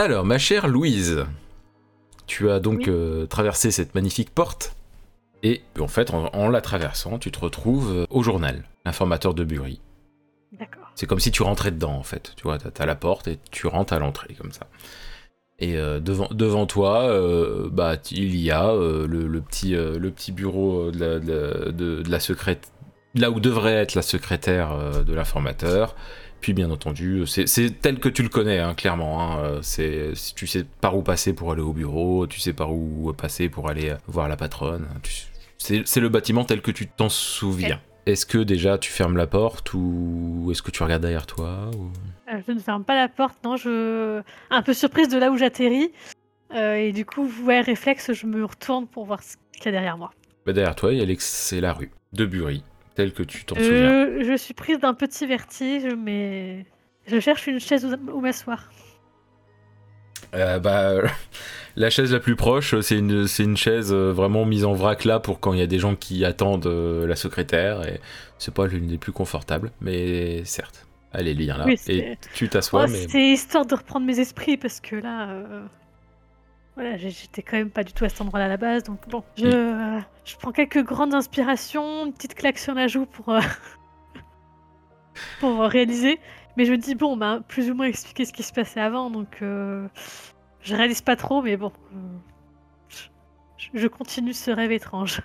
Alors, ma chère Louise, tu as donc Oui, traversé cette magnifique porte, et en fait, en la traversant, tu te retrouves au journal, informateur de Bury. d'accord. C'est comme si tu rentrais dedans, en fait. Tu vois, t'as la porte et tu rentres à l'entrée, comme ça. Et devant toi, il y a le petit bureau de la secrétaire, là où devrait être la secrétaire de l'informateur. Puis bien entendu, c'est tel que tu le connais, hein, clairement. Hein, tu sais par où passer pour aller au bureau, tu sais par où passer pour aller voir la patronne. C'est le bâtiment tel que tu t'en Ok. souviens. Est-ce que déjà tu fermes la porte ou est-ce que tu regardes derrière toi ou... Je ne ferme pas la porte, non, un peu surprise de là où j'atterris, et du coup, ouais, réflexe, je me retourne pour voir ce qu'il y a derrière moi. Derrière toi, c'est la rue de Bury, telle que tu t'en souviens. Je suis prise d'un petit vertige, mais je cherche une chaise où m'asseoir. Euh, bah, la chaise la plus proche, c'est une chaise vraiment mise en vrac là pour quand il y a des gens qui attendent la secrétaire. Et c'est pas l'une des plus confortables, mais certes, elle est bien là. Oui, Et tu oh, t'assois, mais c'est histoire de reprendre mes esprits parce que là, voilà, j'étais quand même pas du tout à cet endroit-là à la base, donc bon, il- je prends quelques grandes inspirations, une petite claque sur la joue pour, pour réaliser. Mais je me dis, bon, on m'a plus ou moins expliqué ce qui se passait avant, donc je réalise pas trop, mais bon, je continue ce rêve étrange.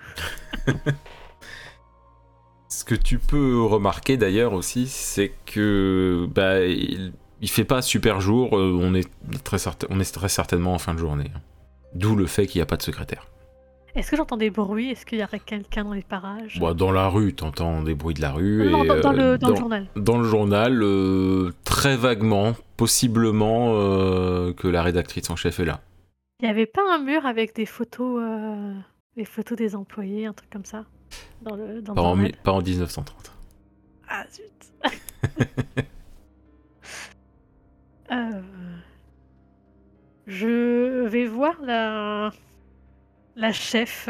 ce que tu peux remarquer d'ailleurs aussi, c'est que il fait pas super jour. On est très certainement en fin de journée. D'où le fait qu'il n'y a pas de secrétaire. Est-ce que j'entends des bruits? Est-ce qu'il y aurait quelqu'un dans les parages? Bon, dans la rue, t'entends des bruits de la rue Non, non, et dans le journal. dans le journal, très vaguement, possiblement que la rédactrice en chef est là. Il y avait pas un mur avec des photos des employés, un truc comme ça, dans le journal? Pas en 1930. Ah zut! Heu, je vais voir la chef,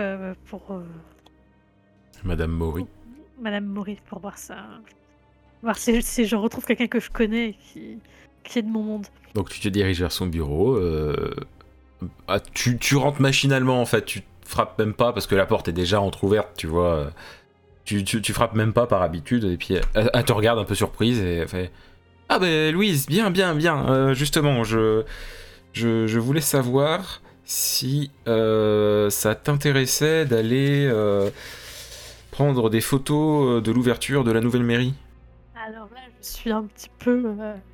Madame Maury. pour madame Maury pour voir si je retrouve quelqu'un que je connais et qui est de mon monde. Donc tu te diriges vers son bureau. Tu rentres machinalement en fait, tu frappes même pas parce que la porte est déjà entrouverte, tu vois. Tu frappes même pas par habitude et puis elle te regarde un peu surprise et elle fait ah ben Louise, bien, bien, bien. Justement, je voulais savoir si ça t'intéressait d'aller prendre des photos de l'ouverture de la nouvelle mairie. Alors là, je suis un petit peu,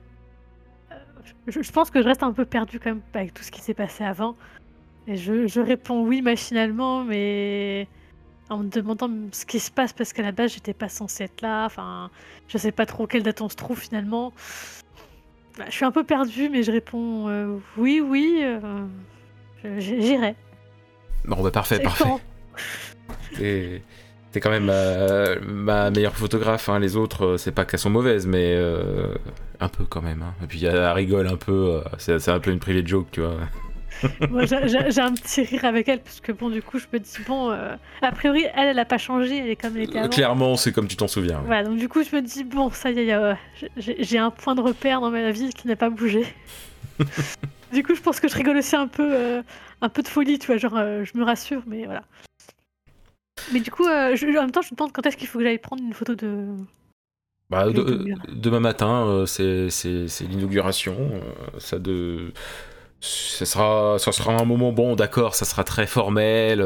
je pense que je reste un peu perdue quand même avec tout ce qui s'est passé avant et je réponds oui machinalement, mais en me demandant ce qui se passe parce qu'à la base, j'étais pas censée être là, enfin, je sais pas trop quelle date on se trouve finalement. Bah, je suis un peu perdue, mais je réponds, oui, oui, j'irai. Bon, bah parfait, C'est parfait. quand? T'es t'es quand même ma meilleure photographe, hein. Les autres, c'est pas qu'elles sont mauvaises, mais un peu quand même. Hein. Et puis elle rigole un peu, c'est un peu une private joke, tu vois. Moi, j'ai un petit rire avec elle parce que bon, du coup, je me dis: «Bon, a priori, elle a pas changé, elle est comme elle était avant». Clairement, c'est comme tu t'en souviens. Ouais. Voilà, donc du coup, je me dis: «Bon, ça y est, j'ai un point de repère dans ma vie qui n'a pas bougé». Du coup, je pense que je rigole aussi un peu de folie, tu vois? Genre, je me rassure, mais voilà. Mais du coup, en même temps, je me demande quand est-ce qu'il faut que j'aille prendre une photo Bah, de l'inauguration. demain matin, c'est l'inauguration. Ça sera un moment bon, d'accord, ça sera très formel.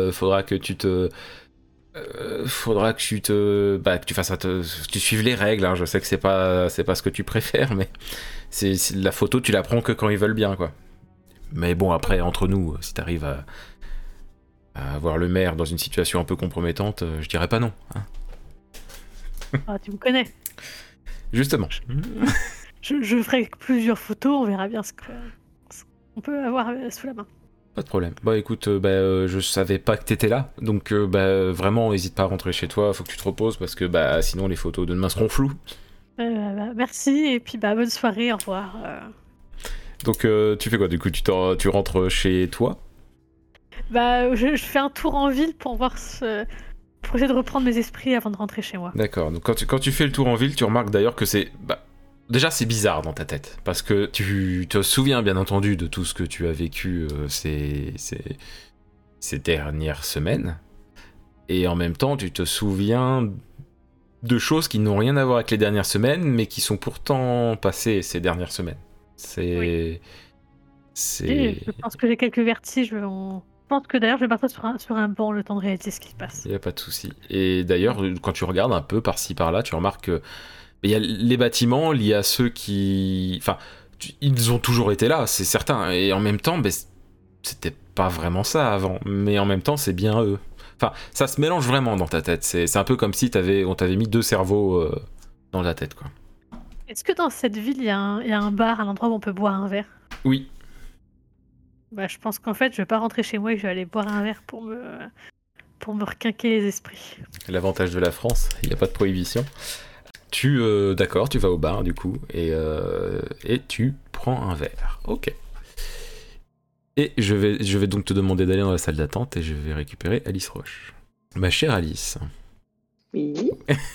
Faudra que tu fasses, que tu suives les règles. Hein. Je sais que c'est pas ce que tu préfères, mais la photo, tu la prends que quand ils veulent bien, quoi. Mais bon, après, entre nous, si t'arrives à avoir le maire dans une situation un peu compromettante, je dirais pas non. Hein. Ah, tu me connais. Justement. Je ferai plusieurs photos, on verra bien ce qu'on peut avoir, sous la main. Pas de problème. Bah écoute, je savais pas que t'étais là, donc vraiment, n'hésite pas à rentrer chez toi, faut que tu te reposes parce que sinon les photos de demain seront floues. Merci et puis, bah, bonne soirée, au revoir, Donc tu fais quoi du coup tu rentres chez toi. Bah, je fais un tour en ville pour essayer de reprendre mes esprits avant de rentrer chez moi. D'accord, donc quand tu fais le tour en ville, tu remarques d'ailleurs que c'est Déjà, c'est bizarre dans ta tête, parce que tu te souviens bien entendu de tout ce que tu as vécu ces dernières semaines, et en même temps, tu te souviens de choses qui n'ont rien à voir avec les dernières semaines, mais qui sont pourtant passées ces dernières semaines. Oui. Je pense que j'ai quelques vertiges. Je pense que d'ailleurs, je vais partir sur un banc le temps de réaliser ce qui se passe. Il n'y a pas de souci. Et d'ailleurs, quand tu regardes un peu par-ci par-là, tu remarques que il y a les bâtiments liés à ceux qui... Enfin, ils ont toujours été là, c'est certain. Et en même temps, c'était pas vraiment ça avant. Mais en même temps, c'est bien eux. Enfin, ça se mélange vraiment dans ta tête. C'est un peu comme si on t'avait mis deux cerveaux dans la tête, quoi. Est-ce que dans cette ville, il y a un bar, un endroit où on peut boire un verre? Oui. Bah, je pense qu'en fait, je vais pas rentrer chez moi et que je vais aller boire un verre pour me requinquer les esprits. L'avantage de la France, il n'y a pas de prohibition. D'accord, tu vas au bar du coup et tu prends un verre. Ok. Et je vais donc te demander d'aller dans la salle d'attente et je vais récupérer Alice Roche. Ma chère Alice. Oui.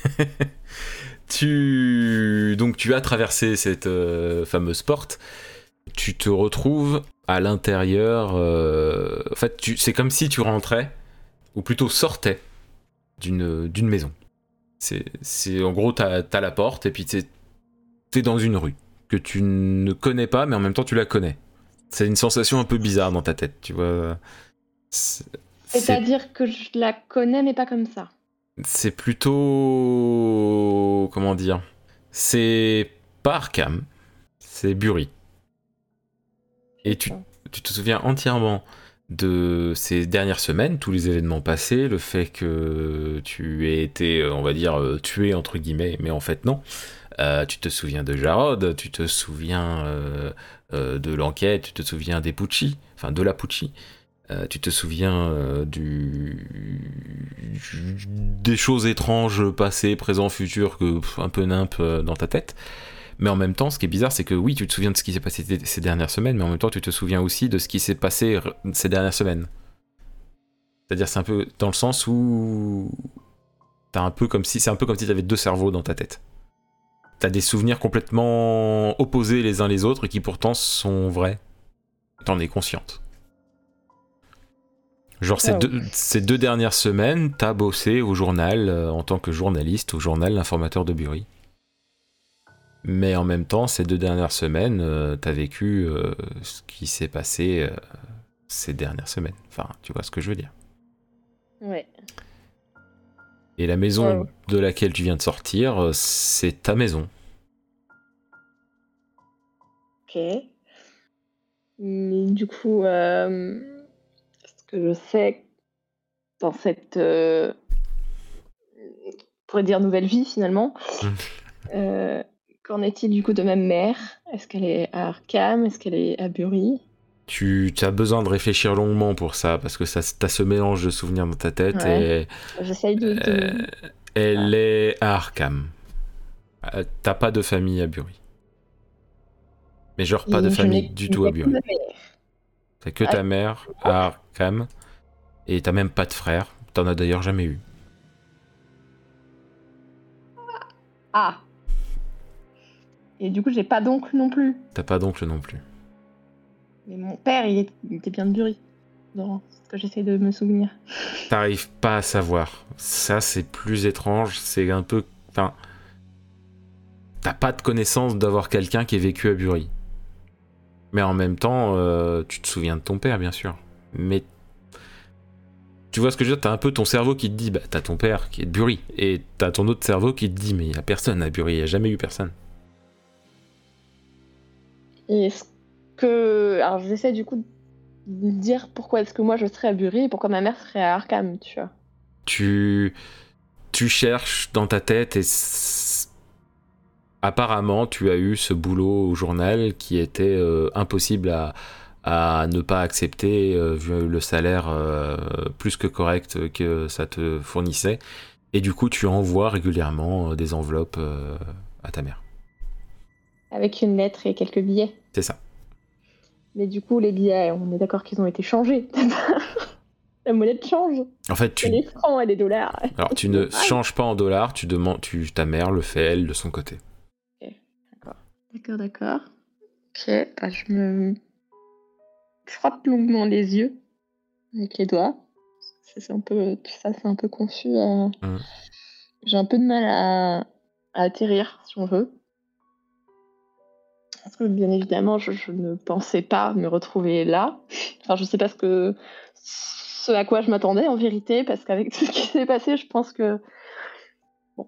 Tu as traversé cette fameuse porte. Tu te retrouves à l'intérieur. En fait, c'est comme si tu rentrais, ou plutôt sortais d'une maison. C'est en gros, t'as la porte et puis t'es dans une rue que tu ne connais pas, mais en même temps tu la connais. C'est une sensation un peu bizarre dans ta tête, tu vois. C'est-à-dire que je la connais, mais pas comme ça. C'est plutôt... Comment dire? C'est pas Arkham, c'est Bury. Et tu te souviens entièrement de ces dernières semaines, tous les événements passés, le fait que tu aies été, on va dire, tué entre guillemets, mais en fait non. Tu te souviens de Jarod, tu te souviens de l'enquête, tu te souviens des Pucci, enfin de la Pucci. Tu te souviens des choses étranges, passées, présent, futur, un peu nimp dans ta tête. Mais en même temps, ce qui est bizarre, c'est que oui, tu te souviens de ce qui s'est passé ces dernières semaines, mais en même temps, tu te souviens aussi de ce qui s'est passé ces dernières semaines. C'est-à-dire, c'est un peu dans le sens où c'est un peu comme si tu avais deux cerveaux dans ta tête. T'as des souvenirs complètement opposés les uns les autres et qui pourtant sont vrais. T'en es consciente. Genre, ces deux dernières semaines, t'as bossé au journal en tant que journaliste, au journal L'Informateur de Bury. Mais en même temps, ces deux dernières semaines, t'as vécu ce qui s'est passé ces dernières semaines. Enfin, tu vois ce que je veux dire. Ouais. Et la maison de laquelle tu viens de sortir, c'est ta maison. Ok. Mais du coup, ce que je sais dans cette, on pourrait dire nouvelle vie finalement, qu'en est-il du coup de ma mère? Est-ce qu'elle est à Arkham? Est-ce qu'elle est à Bury? Tu as besoin de réfléchir longuement pour ça, parce que t'as ce mélange de souvenirs dans ta tête et... J'essaye de... Elle est à Arkham. T'as pas de famille à Bury. Mais genre pas de famille du tout à Bury. T'as que ta mère à Arkham, et t'as même pas de frère. T'en as d'ailleurs jamais eu. Ah. Et du coup, j'ai pas d'oncle non plus. T'as pas d'oncle non plus. Mais mon père, il était bien de Bury. Dans ce que j'essaie de me souvenir. T'arrives pas à savoir. Ça, c'est plus étrange. C'est un peu... Enfin... T'as pas de connaissance d'avoir quelqu'un qui ait vécu à Bury. Mais en même temps, tu te souviens de ton père, bien sûr. Mais... Tu vois ce que je veux dire? T'as un peu ton cerveau qui te dit, bah t'as ton père qui est de Bury. Et t'as ton autre cerveau qui te dit, mais y a personne à Bury, y a jamais eu personne. Et est-ce que... Alors j'essaie du coup de dire pourquoi est-ce que moi je serais à Bury et pourquoi ma mère serait à Arkham, tu vois. Tu cherches dans ta tête et apparemment tu as eu ce boulot au journal qui était impossible à ne pas accepter vu le salaire plus que correct que ça te fournissait, et du coup tu envoies régulièrement des enveloppes à ta mère. Avec une lettre et quelques billets. C'est ça. Mais du coup les billets, on est d'accord qu'ils ont été changés. La monnaie change. En fait, Et les francs et les dollars. Alors tu ne changes pas en dollars, ta mère le fait elle de son côté. Ok, d'accord. D'accord. Ok, bah, je frotte longuement les yeux avec les doigts. C'est un peu, tout ça, c'est un peu confus. J'ai un peu de mal à atterrir, si on veut. Parce que bien évidemment, je ne pensais pas me retrouver là. Enfin, je sais pas ce à quoi je m'attendais en vérité, parce qu'avec tout ce qui s'est passé, je pense que. Bon.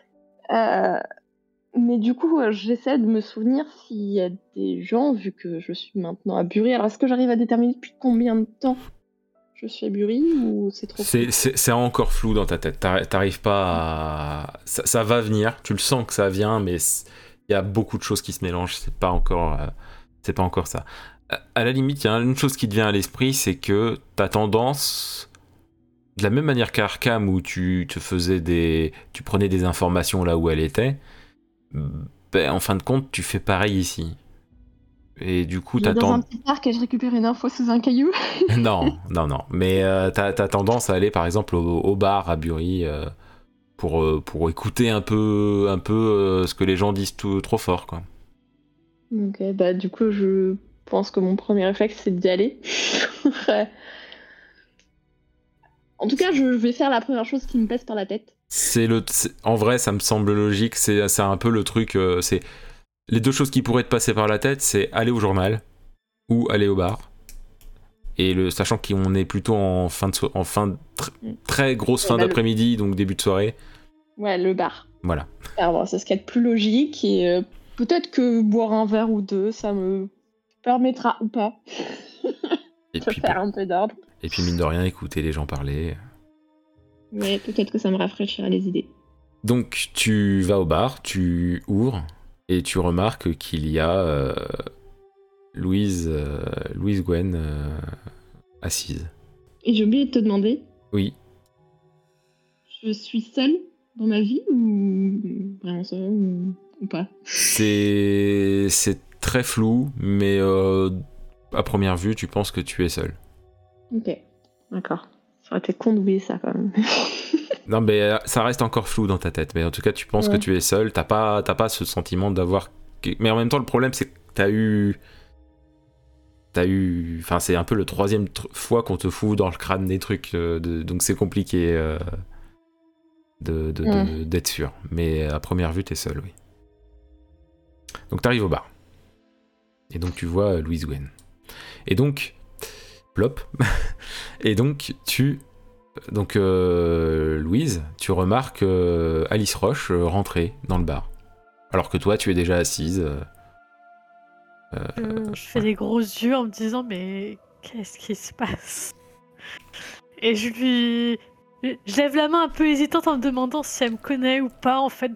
Mais du coup, j'essaie de me souvenir s'il y a des gens, vu que je suis maintenant à Bury. Alors, est-ce que j'arrive à déterminer depuis combien de temps je suis à Bury ou c'est trop flou? C'est encore flou dans ta tête. T'arrives pas à. Ça va venir, tu le sens que ça vient, mais il y a beaucoup de choses qui se mélangent. C'est pas encore ça. À la limite, il y a une chose qui te vient à l'esprit, c'est que t'as tendance. De la même manière qu'à Arkham où tu prenais des informations là où elles étaient, ben, en fin de compte, tu fais pareil ici. Et du coup, Je vais dans un petit parc et je récupère une info sous un caillou. Non. Mais t'as tendance à aller par exemple au bar à Bury pour écouter un peu ce que les gens disent trop fort, quoi. Ok, bah du coup, je pense que mon premier réflexe, c'est d'y aller. Ouais. En tout cas, je vais faire la première chose qui me passe par la tête. En vrai, ça me semble logique. C'est un peu le truc. C'est les deux choses qui pourraient te passer par la tête, c'est aller au journal ou aller au bar. Et sachant qu'on est plutôt en très grosse fin Bah, d'après-midi, donc début de soirée. Ouais, le bar. Voilà. Alors, c'est ce qu'il y a de plus logique et peut-être que boire un verre ou deux, ça me permettra ou pas Et de puis, faire un peu d'ordre. et puis mine de rien, écouter les gens parler. Mais peut-être que ça me rafraîchira les idées. Donc tu vas au bar, tu ouvres et tu remarques qu'il y a Louise Gwen assise. Et j'ai oublié de te demander, Oui, je suis seule dans ma vie ou vraiment seule ou pas? c'est très flou, mais à première vue, tu penses que tu es seul. Ok, d'accord. Ça aurait été con d'oublier ça quand même. Non, mais ça reste encore flou dans ta tête. Mais en tout cas, tu penses que Ouais. tu es seul. T'as pas ce sentiment d'avoir. Mais en même temps, le problème, c'est que t'as eu. Enfin, c'est un peu le troisième fois qu'on te fout dans le crâne des trucs. Donc c'est compliqué d'être sûr. Mais à première vue, t'es seul, oui. Donc t'arrives au bar. Et donc tu vois Louise Gwen. Et donc. Plop. Et donc Louise, tu remarques Alice Roche rentrer dans le bar. Alors que toi, tu es déjà assise. Je fais des gros yeux en me disant mais qu'est-ce qui se passe? Et je lève la main un peu hésitante en me demandant si elle me connaît ou pas en fait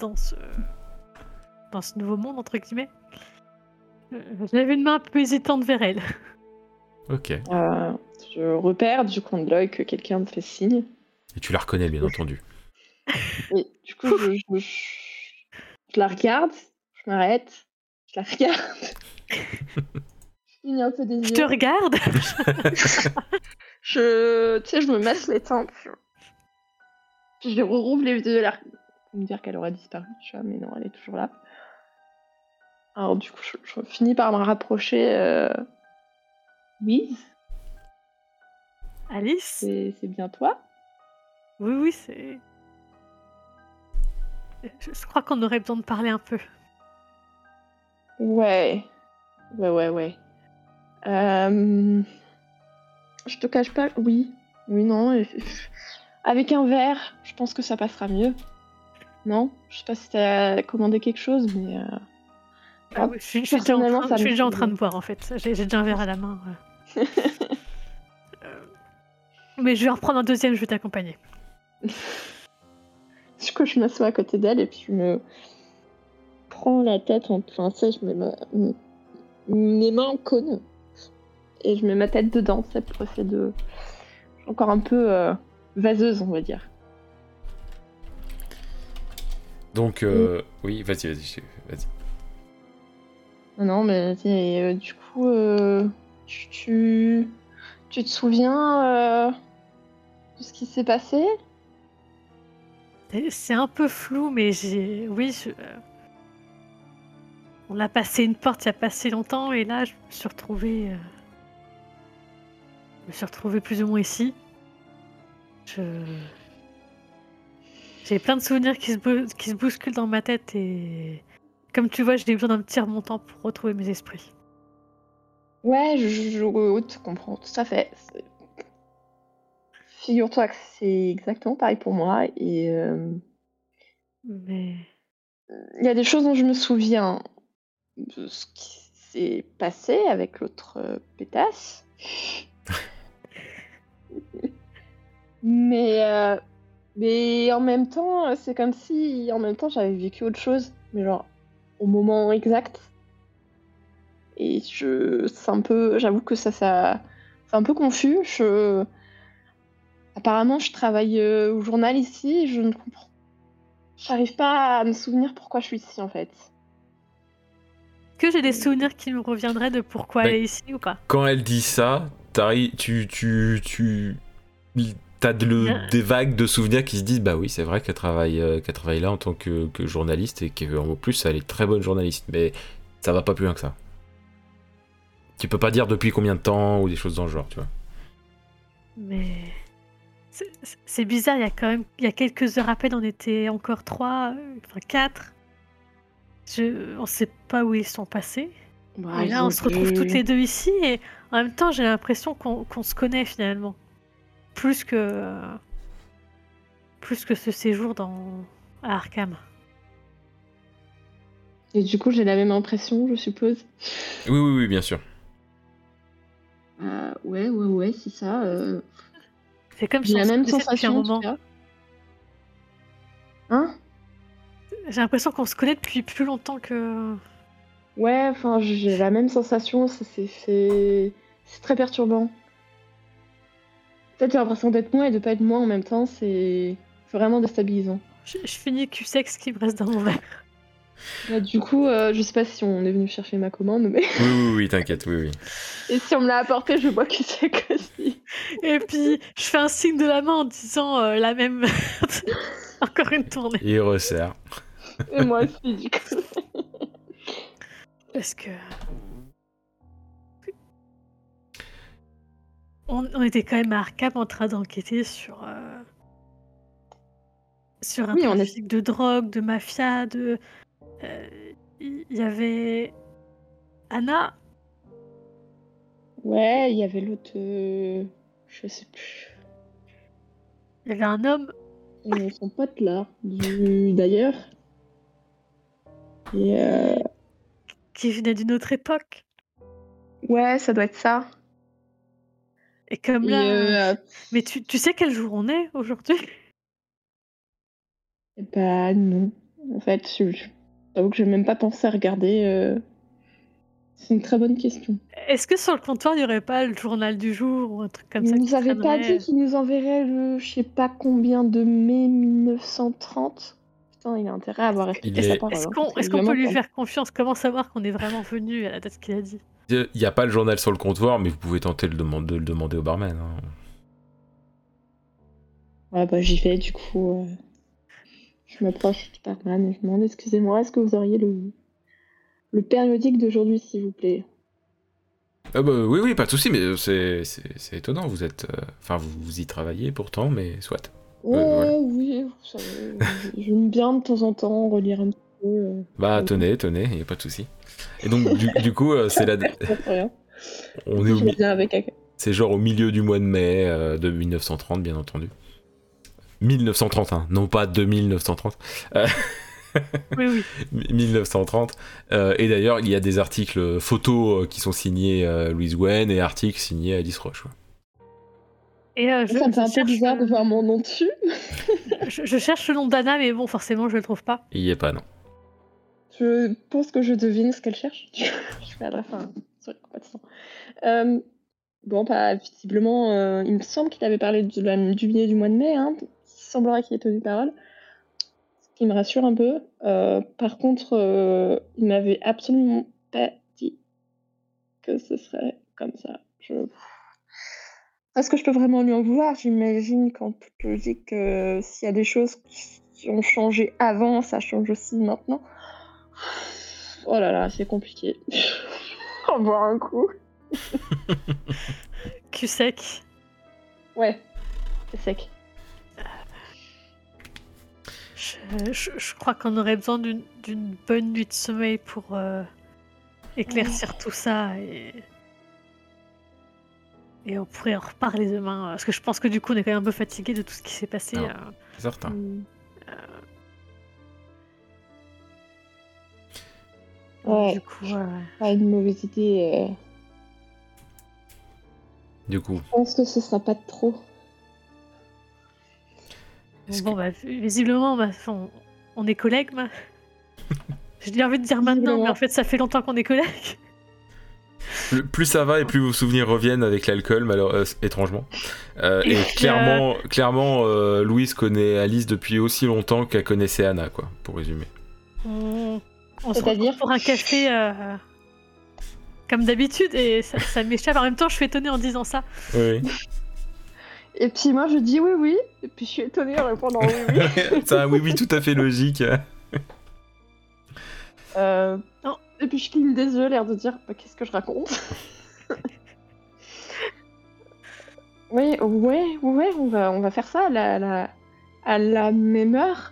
dans ce nouveau monde entre guillemets. Je lève une main un peu hésitante vers elle. Ok. Je repère du coin de l'œil que quelqu'un me fait signe. Et tu la reconnais, bien entendu. Et du coup, je la regarde, je m'arrête, je la regarde, je cligne un peu des Je te yeux. regarde. Tu sais, je me masse les tempes. Puis je rouvre les yeux de la... Pour me dire qu'elle aurait disparu, tu vois, mais non, elle est toujours là. Alors du coup, je finis par me rapprocher. Louise, Alice? c'est bien toi? Oui, c'est. Je crois qu'on aurait besoin de parler un peu. Ouais. Euh, Je te cache pas, oui. Oui, non. Avec un verre, je pense que ça passera mieux. Non? Je sais pas si t'as commandé quelque chose, mais... Ah oui, je suis déjà personnellement, ça je me suis déjà en fait train de bien. boire en fait. J'ai déjà un verre à la main. Mais je vais en reprendre un deuxième, je vais t'accompagner. Du coup, je m'assois à côté d'elle et puis je me prends la tête enfin, tu sais, je mets mes mains en cône et je mets ma tête dedans, ça pour essayer de... Encore un peu vaseuse, on va dire. Donc, Et- oui, vas-y. Non, mais du coup, tu te souviens de ce qui s'est passé? C'est un peu flou, mais oui, On a passé une porte il y a pas si longtemps et là, je me suis retrouvée plus ou moins ici. J'ai plein de souvenirs qui se bousculent dans ma tête et comme tu vois, j'ai besoin d'un petit remontant pour retrouver mes esprits. Ouais, je te comprends tout à fait. Figure-toi que c'est exactement pareil pour moi et Mais il y a des choses dont je me souviens de ce qui s'est passé avec l'autre pétasse. Mais en même temps, c'est comme si en même temps j'avais vécu autre chose, mais genre au moment exact. Et c'est un peu, j'avoue que ça c'est un peu confus. Apparemment, je travaille au journal ici et je ne comprends. J'arrive pas à me souvenir pourquoi je suis ici en fait. que j'ai des souvenirs qui me reviendraient de pourquoi Bah, elle est ici ou pas? Quand elle dit ça, t'as Bien. des vagues de souvenirs qui se disent bah oui, c'est vrai qu'elle travaille là en tant que journaliste et qu'en plus elle est très bonne journaliste, mais ça va pas plus loin que ça. Tu peux pas dire depuis combien de temps ou des choses dans le genre, tu vois. Mais c'est bizarre, il y a quelques heures à peine, on était encore 3, enfin 4. On sait pas où ils sont passés. Bah, Et ils là, on ont se retrouve toutes dû- les deux ici et en même temps, j'ai l'impression qu'on se connaît finalement. Plus que ce séjour à Arkham. Et du coup, j'ai la même impression, je suppose. Oui, bien sûr. Ouais, c'est ça. C'est comme J'ai si on la se même connaissait depuis un sensation en tout moment. cas. Hein? J'ai l'impression qu'on se connaît depuis plus longtemps que... Ouais, enfin, j'ai la même sensation. C'est très perturbant. En fait, j'ai l'impression d'être moi et de pas être moi en même temps. C'est vraiment déstabilisant. Je finis Q-Sex ce qui me reste dans mon verre. Bah, du coup, je sais pas si on est venu chercher ma commande, mais. Oui, t'inquiète, oui. Et si on me l'a apporté, je bois que c'est aussi. Et puis, je fais un signe de la main en disant la même... Encore une tournée. Et il resserre. Et moi aussi, du coup. Parce que... On était quand même à Arkham en train d'enquêter sur un Oui, on est. trafic de drogue, de mafia, de... Il y avait Anna. Ouais, il y avait l'autre. Je sais plus. Il y avait un homme. Son pote là, d'ailleurs. Et Qui venait d'une autre époque. ouais, ça doit être ça. Et comme Et là... Mais tu sais quel jour on est aujourd'hui? bah non. En fait, j'avoue que j'ai même pas pensé à regarder. C'est une très bonne question. Est-ce que sur le comptoir, il n'y aurait pas le journal du jour ou un truc comme Il ça qui nous avait pas dit traînerait? qu'il nous enverrait le je sais pas combien de mai 1930. Putain, il a intérêt à avoir Il respecté sa est... parole. Hein, parce que Est-ce qu'on peut évidemment, lui quand... faire confiance? Comment savoir qu'on est vraiment venu à la date qu'il a dit? Il n'y a pas le journal sur le comptoir, mais vous pouvez tenter de le demander au barman. Hein. Ouais, bah j'y vais du coup. Je m'approche du barman et je demande excusez-moi, est-ce que vous auriez le périodique d'aujourd'hui, s'il vous plaît? Ah bah, oui, pas de souci, mais c'est étonnant. Vous êtes, enfin, vous y travaillez pourtant, mais soit. Voilà. Ouais, oui, vous savez, j'aime bien de temps en temps relire un petit peu. Bah tenez, il y a pas de souci. Et donc du coup, c'est la, Rien. on est Je reviens avec. c'est genre au milieu du mois de mai de 1930, bien entendu. 1931, non pas 2930. Oui. 1930. Et d'ailleurs, il y a des articles photos qui sont signés Louise Wen et articles signés Alice Roche. Ouais. Et Ça me fait un peu bizarre de voir mon nom dessus. je cherche le nom d'Anna, mais bon, forcément, je le trouve pas. Il y est pas, non. Je pense que je devine ce qu'elle cherche. Je fais à la fin. Sorry, pas de sang. Bon, bah, visiblement, il me semble qu'il avait parlé du milieu du mois de mai. Hein. Il semblerait qu'il ait tenu parole. Ce qui me rassure un peu. Par contre, il m'avait absolument pas dit que ce serait comme ça. Est-ce que je peux vraiment lui en vouloir? J'imagine qu'en toute logique, s'il y a des choses qui ont changé avant, ça change aussi maintenant. Oh là là, c'est compliqué. On va boire un coup. Cul sec. Ouais, c'est sec. Je crois qu'on aurait besoin d'une bonne nuit de sommeil pour éclaircir tout ça et on pourrait en reparler demain. Parce que je pense que du coup on est quand même un peu fatigué de tout ce qui s'est passé. C'est certain. Ouais. Du coup, Pas une mauvaise idée. Du coup. Je pense que ce sera pas de trop. Bon, visiblement, on est collègues. J'ai envie de dire maintenant, mais en fait, ça fait longtemps qu'on est collègues. Plus ça va et plus vos souvenirs reviennent avec l'alcool, étrangement. Et clairement, Louise connaît Alice depuis aussi longtemps qu'elle connaissait Anna, quoi, pour résumer. On se retrouve pour un café comme d'habitude et ça m'échappe. En même temps, je suis étonnée en disant ça. Oui. Et puis moi, je dis oui, et puis je suis étonnée en répondant oui. C'est un oui tout à fait logique. Non. Et puis je cligne des yeux, l'air de dire qu'est-ce que je raconte. Ouais, on va faire ça à la même heure.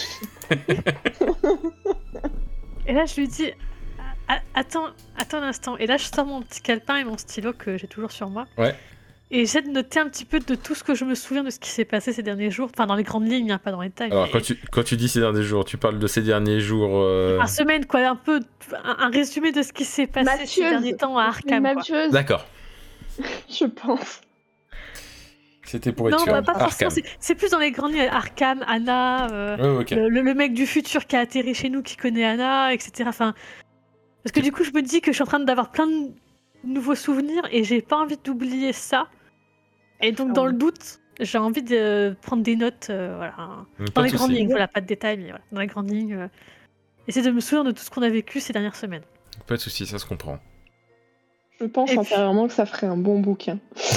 Et là, je lui dis attends un instant. Et là, je sors mon petit calepin et mon stylo que j'ai toujours sur moi. Ouais. Et j'essaie de noter un petit peu de tout ce que je me souviens de ce qui s'est passé ces derniers jours. Enfin, dans les grandes lignes, hein, pas dans les détails. Alors, quand tu dis ces derniers jours, tu parles de ces derniers jours... Par semaine, quoi. Un peu un résumé de ce qui s'est passé ces derniers temps à Arkham. D'accord. Je pense. C'était pour être sûr. Non, pas forcément. C'est plus dans les grandes lignes. Arkham, Anna, okay. le mec du futur qui a atterri chez nous, qui connaît Anna, etc. Enfin, parce que du coup, je me dis que je suis en train d'avoir plein de nouveaux souvenirs et j'ai pas envie d'oublier ça. Et donc, dans le doute, j'ai envie de prendre des notes, voilà, dans les grandes lignes. Voilà, pas de détails, mais voilà, dans les grandes lignes. Essayer de me souvenir de tout ce qu'on a vécu ces dernières semaines. Pas de soucis, ça se comprend. Je pense intérieurement que ça ferait un bon bouquin.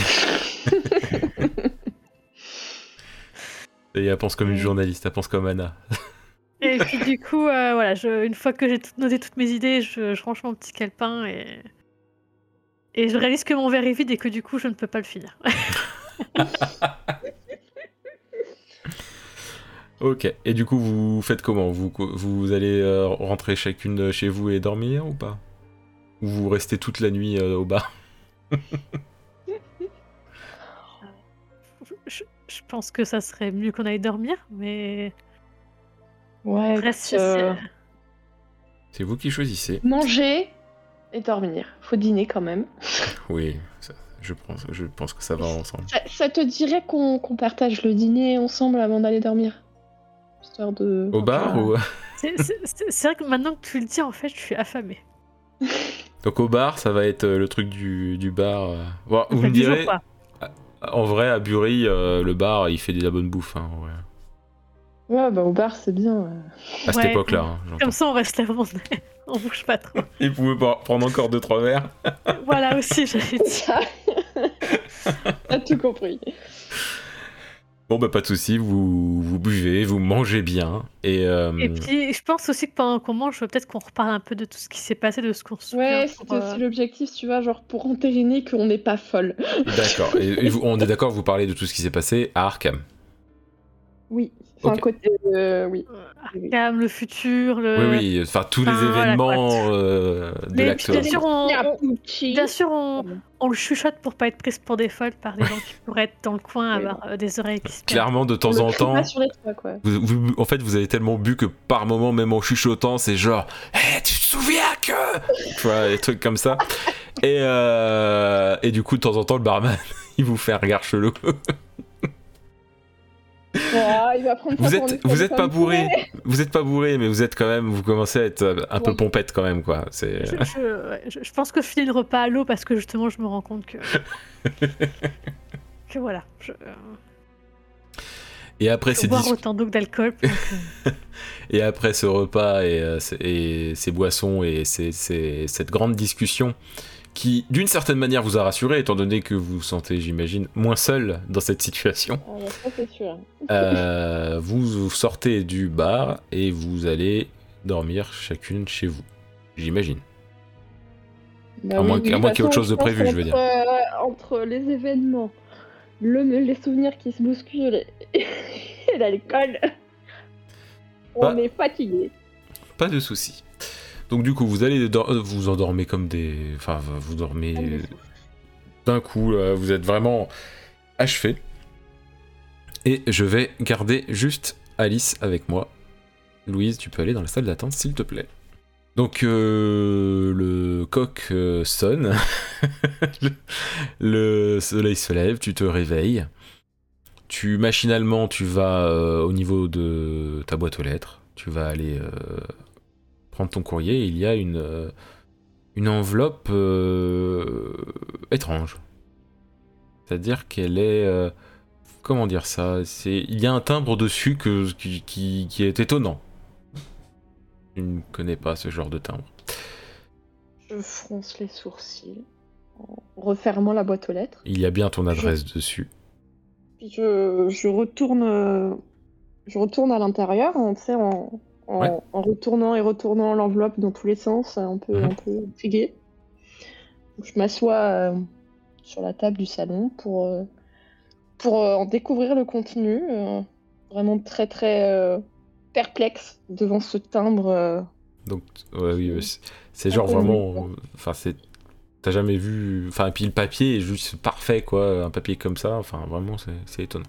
Et elle pense comme une journaliste, elle pense comme Anna. Et puis du coup, voilà, une fois que j'ai noté toutes mes idées, je range mon petit calepin et je réalise que mon verre est vide et que du coup, je ne peux pas le finir. Ok, et du coup, vous faites comment ? Vous allez rentrer chacune chez vous et dormir ou pas ? Ou vous restez toute la nuit au bar ? Je pense que ça serait mieux qu'on aille dormir, mais... Ouais, c'est vous qui choisissez. Manger et dormir. Faut dîner quand même. Oui, je pense que ça va ensemble. Ça te dirait qu'on partage le dîner ensemble avant d'aller dormir ? Histoire de... Au bar ou... C'est vrai que maintenant que tu le dis, en fait, je suis affamée. Donc au bar, ça va être le truc du bar. Bon, vous me direz, en vrai, à Bury, le bar, il fait de la bonne bouffe. Hein, en vrai. Ouais, bah au bar, c'est bien. À cette époque-là. Hein, comme ça, on reste là, on bouge pas trop. Et vous pouvez prendre encore 2-3 verres. Voilà aussi, j'avais dit ça. T'as tout compris. Bon, bah pas de soucis, vous buvez, vous mangez bien. Et puis, je pense aussi que pendant qu'on mange, peut-être qu'on reparle un peu de tout ce qui s'est passé, de ce qu'on se souvient. Ouais, c'était aussi l'objectif, tu vois, genre pour entériner qu'on n'est pas folle. D'accord, et on est d'accord, vous parlez de tout ce qui s'est passé à Arkham. Oui, c'est un côté... oui. Arkham, le futur, Oui, enfin tous les événements de l'acteur. Bien sûr, on le chuchote pour pas être prise pour des folles par des gens qui pourraient être dans le coin, avoir des oreilles qui se perdent. Clairement, de temps en temps, en fait, vous avez tellement bu que par moment, même en chuchotant, c'est genre hey, tu te souviens que... Tu vois, des trucs comme ça. Et du coup, de temps en temps, le barman, il vous fait un regard chelou. Il va prendre vous êtes pas bourré, mais vous êtes quand même, vous commencez à être un peu pompette quand même, quoi. Je pense que je finis le repas à l'eau parce que justement je me rends compte que que voilà. Et après boire autant d'eau que d'alcool. Et après ce repas et ces boissons et cette grande discussion qui, d'une certaine manière, vous a rassuré, étant donné que vous vous sentez, j'imagine, moins seul dans cette situation. Ça, c'est sûr. Vous sortez du bar et vous allez dormir chacune chez vous. J'imagine. Bah À oui, moins de qu'il y toute ait autre façon, chose je de pense prévu, je veux dire. entre les événements, les souvenirs qui se bousculent et l'alcool, on Pas, est fatigué. pas de soucis. Donc du coup, vous allez vous endormez comme des... Enfin, vous dormez d'un coup, là, vous êtes vraiment achevé. Et je vais garder juste Alice avec moi. Louise, tu peux aller dans la salle d'attente, s'il te plaît. Donc le coq sonne, le soleil se lève, tu te réveilles. Machinalement, tu vas au niveau de ta boîte aux lettres. Tu vas aller prendre ton courrier. Et il y a une enveloppe étrange. C'est-à-dire qu'elle est... comment dire ça? Il y a un timbre dessus qui est étonnant. Je ne connais pas ce genre de timbre. Je fronce les sourcils en refermant la boîte aux lettres. Il y a bien ton adresse dessus. Puis je retourne à l'intérieur, tu sais, en retournant et retournant l'enveloppe dans tous les sens, un peu intriguée. Donc, je m'assois sur la table du salon pour en découvrir le contenu, vraiment très très perplexe devant ce timbre. Donc, oui, c'est genre vraiment... Enfin, t'as jamais vu... Enfin, et puis le papier est juste parfait, quoi. Un papier comme ça, enfin, vraiment, c'est étonnant.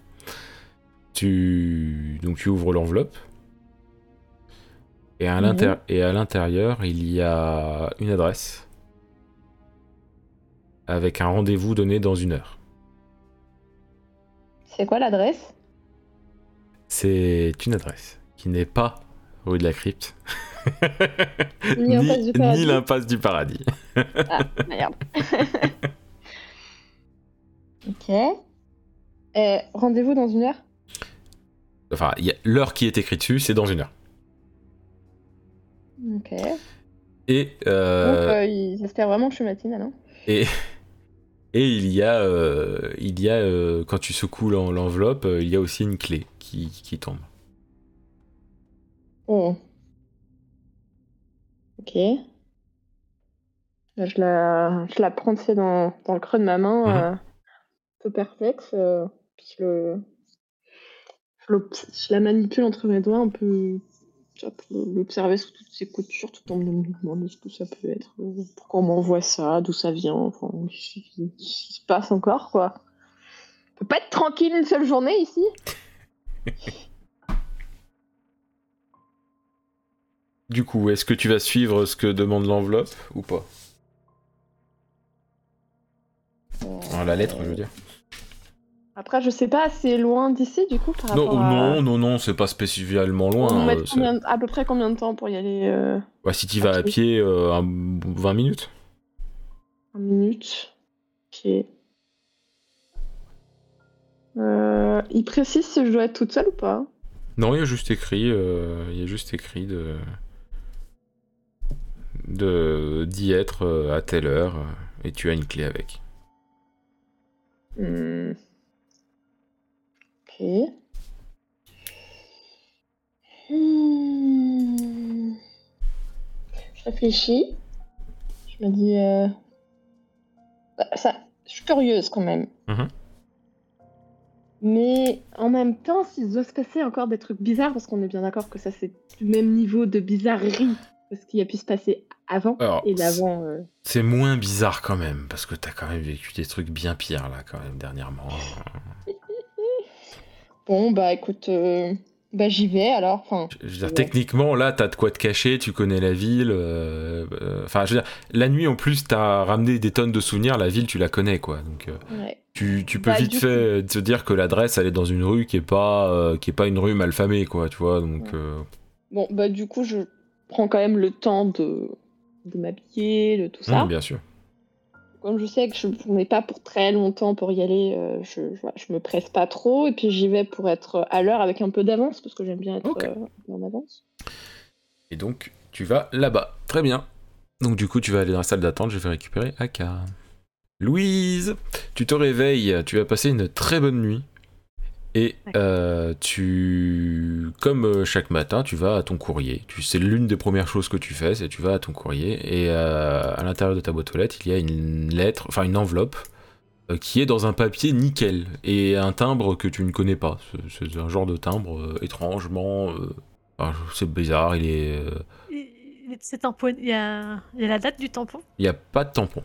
Donc, tu ouvres l'enveloppe. Et à l'intérieur, il y a une adresse. Avec un rendez-vous donné dans 1 heure. C'est quoi l'adresse? C'est une adresse qui n'est pas rue de la Crypte. Ni l'impasse du paradis. Ah, merde. Ok. Rendez-vous dans 1 heure? Enfin, l'heure qui est écrite dessus, c'est dans 1 heure. Ok. Et donc, ils espèrent vraiment que je suis matinale, hein. Et il y a quand tu secoues l'enveloppe, il y a aussi une clé qui tombe. Oh. Ok. Je la prends, tu sais, dans le creux de ma main, un peu perplexe. Puis je la manipule entre mes doigts un peu, tu vois, pour l'observer sous toutes ses coutures, tout en me demandant ce que ça peut être, pourquoi on m'envoie ça, d'où ça vient, enfin, ce qui se passe encore, quoi. On peut pas être tranquille une seule journée ici? Du coup, est-ce que tu vas suivre ce que demande l'enveloppe ou pas? La lettre, je veux dire. Après, je sais pas, c'est loin d'ici, du coup, par rapport à... Non, c'est pas spécifiquement loin. On met à peu près combien de temps pour y aller Bah, si tu vas à pied, 20 minutes. 1 minute. Ok. Il précise si je dois être toute seule ou pas? Non, il y a juste écrit, d'y être à telle heure, et tu as une clé avec. Ok. Je réfléchis. Je me dis... je suis curieuse quand même. Mais en même temps, s'il doit se passer encore des trucs bizarres, parce qu'on est bien d'accord que ça c'est du même niveau de bizarrerie que ce qui a pu se passer avant. Alors, et d'avant. C'est moins bizarre quand même, parce que t'as quand même vécu des trucs bien pires là, quand même, dernièrement. Bon, bah écoute, j'y vais alors. Enfin, je veux dire, techniquement, là, t'as de quoi te cacher, tu connais la ville. Enfin, je veux dire, la nuit en plus, t'as ramené des tonnes de souvenirs, la ville, tu la connais, quoi. Donc, tu peux vite fait te dire que l'adresse, elle est dans une rue qui est pas une rue malfamée, quoi, tu vois. Donc. Bon, bah du coup, je prends quand même le temps de m'habiller, de tout ça. Bien sûr. Comme je sais que je n'ai pas pour très longtemps pour y aller, je me presse pas trop, et puis j'y vais pour être à l'heure avec un peu d'avance, parce que j'aime bien être en avance. Et donc, tu vas là-bas. Très bien. Donc du coup, tu vas aller dans la salle d'attente, je vais récupérer Aka. Louise, tu te réveilles, tu vas passer une très bonne nuit. Et comme chaque matin, tu vas à ton courrier. C'est l'une des premières choses que tu fais, c'est tu vas à ton courrier. Et à l'intérieur de ta boîte aux lettres, il y a une enveloppe qui est dans un papier nickel et un timbre que tu ne connais pas. C'est un genre de timbre étrangement... c'est bizarre, il est... C'est tamponné. Il y a la date du tampon. Il n'y a pas de tampon.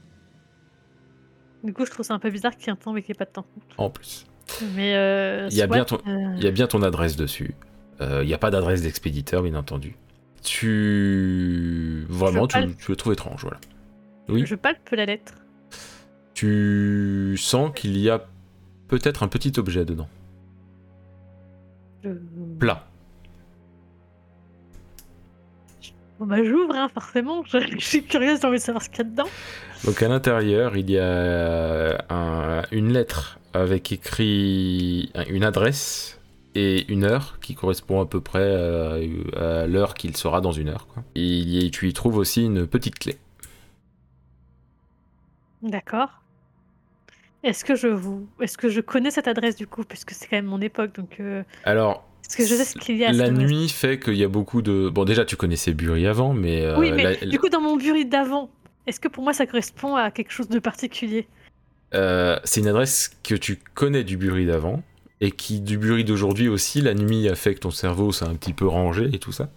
Du coup, je trouve ça un peu bizarre qu'il y ait un tampon et qu'il n'y ait pas de tampon. En plus. Mais il y a bien ton adresse dessus. Il n'y a pas d'adresse d'expéditeur, bien entendu. Vraiment, tu le trouves étrange, voilà. Oui. Je palpe la lettre. Tu sens qu'il y a peut-être un petit objet dedans. Plat. Bon bah j'ouvre, hein, forcément. Je suis curieuse, j'ai envie de savoir ce qu'il y a dedans. Donc à l'intérieur, il y a une lettre avec écrit une adresse et une heure qui correspond à peu près à l'heure qu'il sera dans une heure, quoi. Et tu y trouves aussi une petite clé. D'accord. Est-ce que je connais cette adresse du coup, puisque c'est quand même mon époque, donc. Alors. Est-ce que je sais ce qu'il y a? La nuit fait qu'il y a beaucoup de. Bon, déjà tu connaissais Bury avant, mais. Oui, mais du coup dans mon Bury d'avant, est-ce que pour moi ça correspond à quelque chose de particulier? C'est une adresse que tu connais du Bury d'avant. Et qui, du Bury d'aujourd'hui aussi, la nuit a fait que ton cerveau s'est un petit peu rangé et tout ça.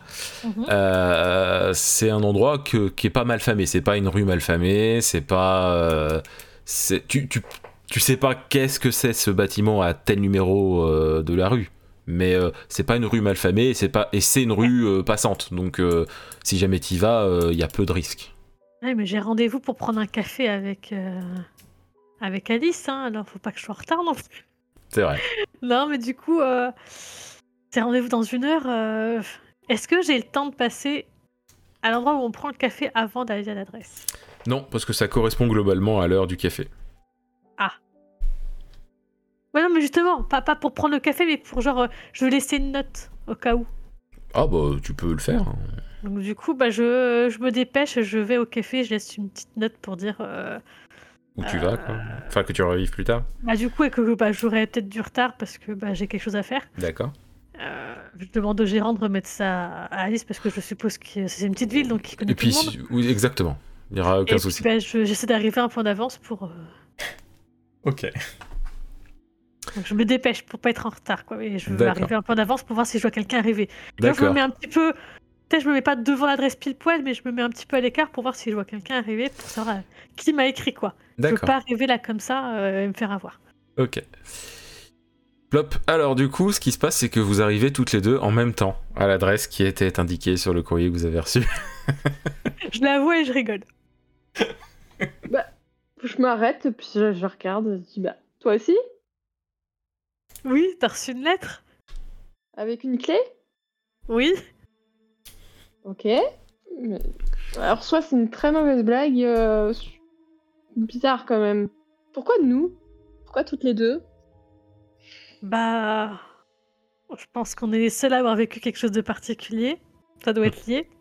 C'est un endroit qui est pas mal famé. C'est pas une rue mal famée, c'est pas... tu sais pas qu'est-ce que c'est ce bâtiment à tel numéro de la rue. Mais c'est pas une rue mal famée et c'est une rue passante. Donc si jamais t'y vas, y a peu de risques. Ouais, mais j'ai rendez-vous pour prendre un café avec Alice, hein, alors faut pas que je sois en retard non plus. C'est vrai. Non, mais du coup, c'est rendez-vous dans 1 heure. Est-ce que j'ai le temps de passer à l'endroit où on prend le café avant d'aller à l'adresse? Non, parce que ça correspond globalement à l'heure du café. Ah. Ouais, non, mais justement, pas pour prendre le café, mais pour genre, je veux laisser une note au cas où. Ah bah, tu peux le faire. Donc du coup, bah, je me dépêche, je vais au café, je laisse une petite note pour dire... Où tu vas, quoi. Enfin, que tu revives plus tard. Bah du coup, et que j'aurai peut-être du retard parce que j'ai quelque chose à faire. D'accord. Je demande au gérant de remettre ça à Alice parce que je suppose que c'est une petite ville, donc il connaît tout le monde. Oui, exactement. Il n'y aura aucun souci. Puis, j'essaie d'arriver un peu en avance pour... Ok. Donc je me dépêche pour pas être en retard, quoi. Et je veux arriver un peu en avance pour voir si je vois quelqu'un arriver. Là, je me mets un petit peu... Peut-être je me mets pas devant l'adresse pile poil, mais je me mets un petit peu à l'écart pour voir si je vois quelqu'un arriver, pour savoir qui m'a écrit, quoi. D'accord. Je veux pas arriver là comme ça et me faire avoir. Ok. Plop. Alors du coup, ce qui se passe, c'est que vous arrivez toutes les deux en même temps à l'adresse qui était indiquée sur le courrier que vous avez reçu. Je la vois et je rigole. Bah, je m'arrête, puis je regarde, je dis, bah, toi aussi? Oui, t'as reçu une lettre? Avec une clé? Oui. Ok. Alors, soit c'est une très mauvaise blague, bizarre quand même. Pourquoi nous? Pourquoi toutes les deux? Bah... Je pense qu'on est les seuls à avoir vécu quelque chose de particulier. Ça doit être lié.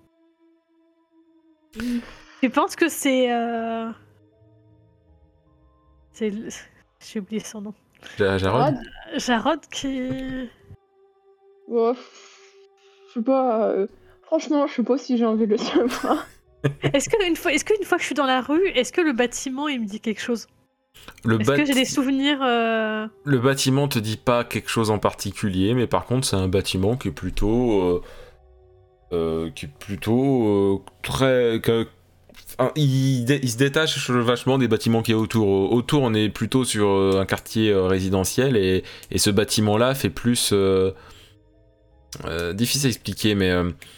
Je pense que c'est... J'ai oublié son nom. Jarod. Jarod qui... Oh, je sais pas... Franchement, je sais pas si j'ai envie de le savoir. Est-ce qu'une fois que je suis dans la rue, est-ce que le bâtiment, il me dit quelque chose? Est-ce que j'ai des souvenirs Le bâtiment te dit pas quelque chose en particulier, mais par contre, c'est un bâtiment qui est plutôt... très... il se détache vachement des bâtiments qui est autour. Autour, on est plutôt sur un quartier résidentiel, et ce bâtiment-là fait plus... difficile à expliquer, mais...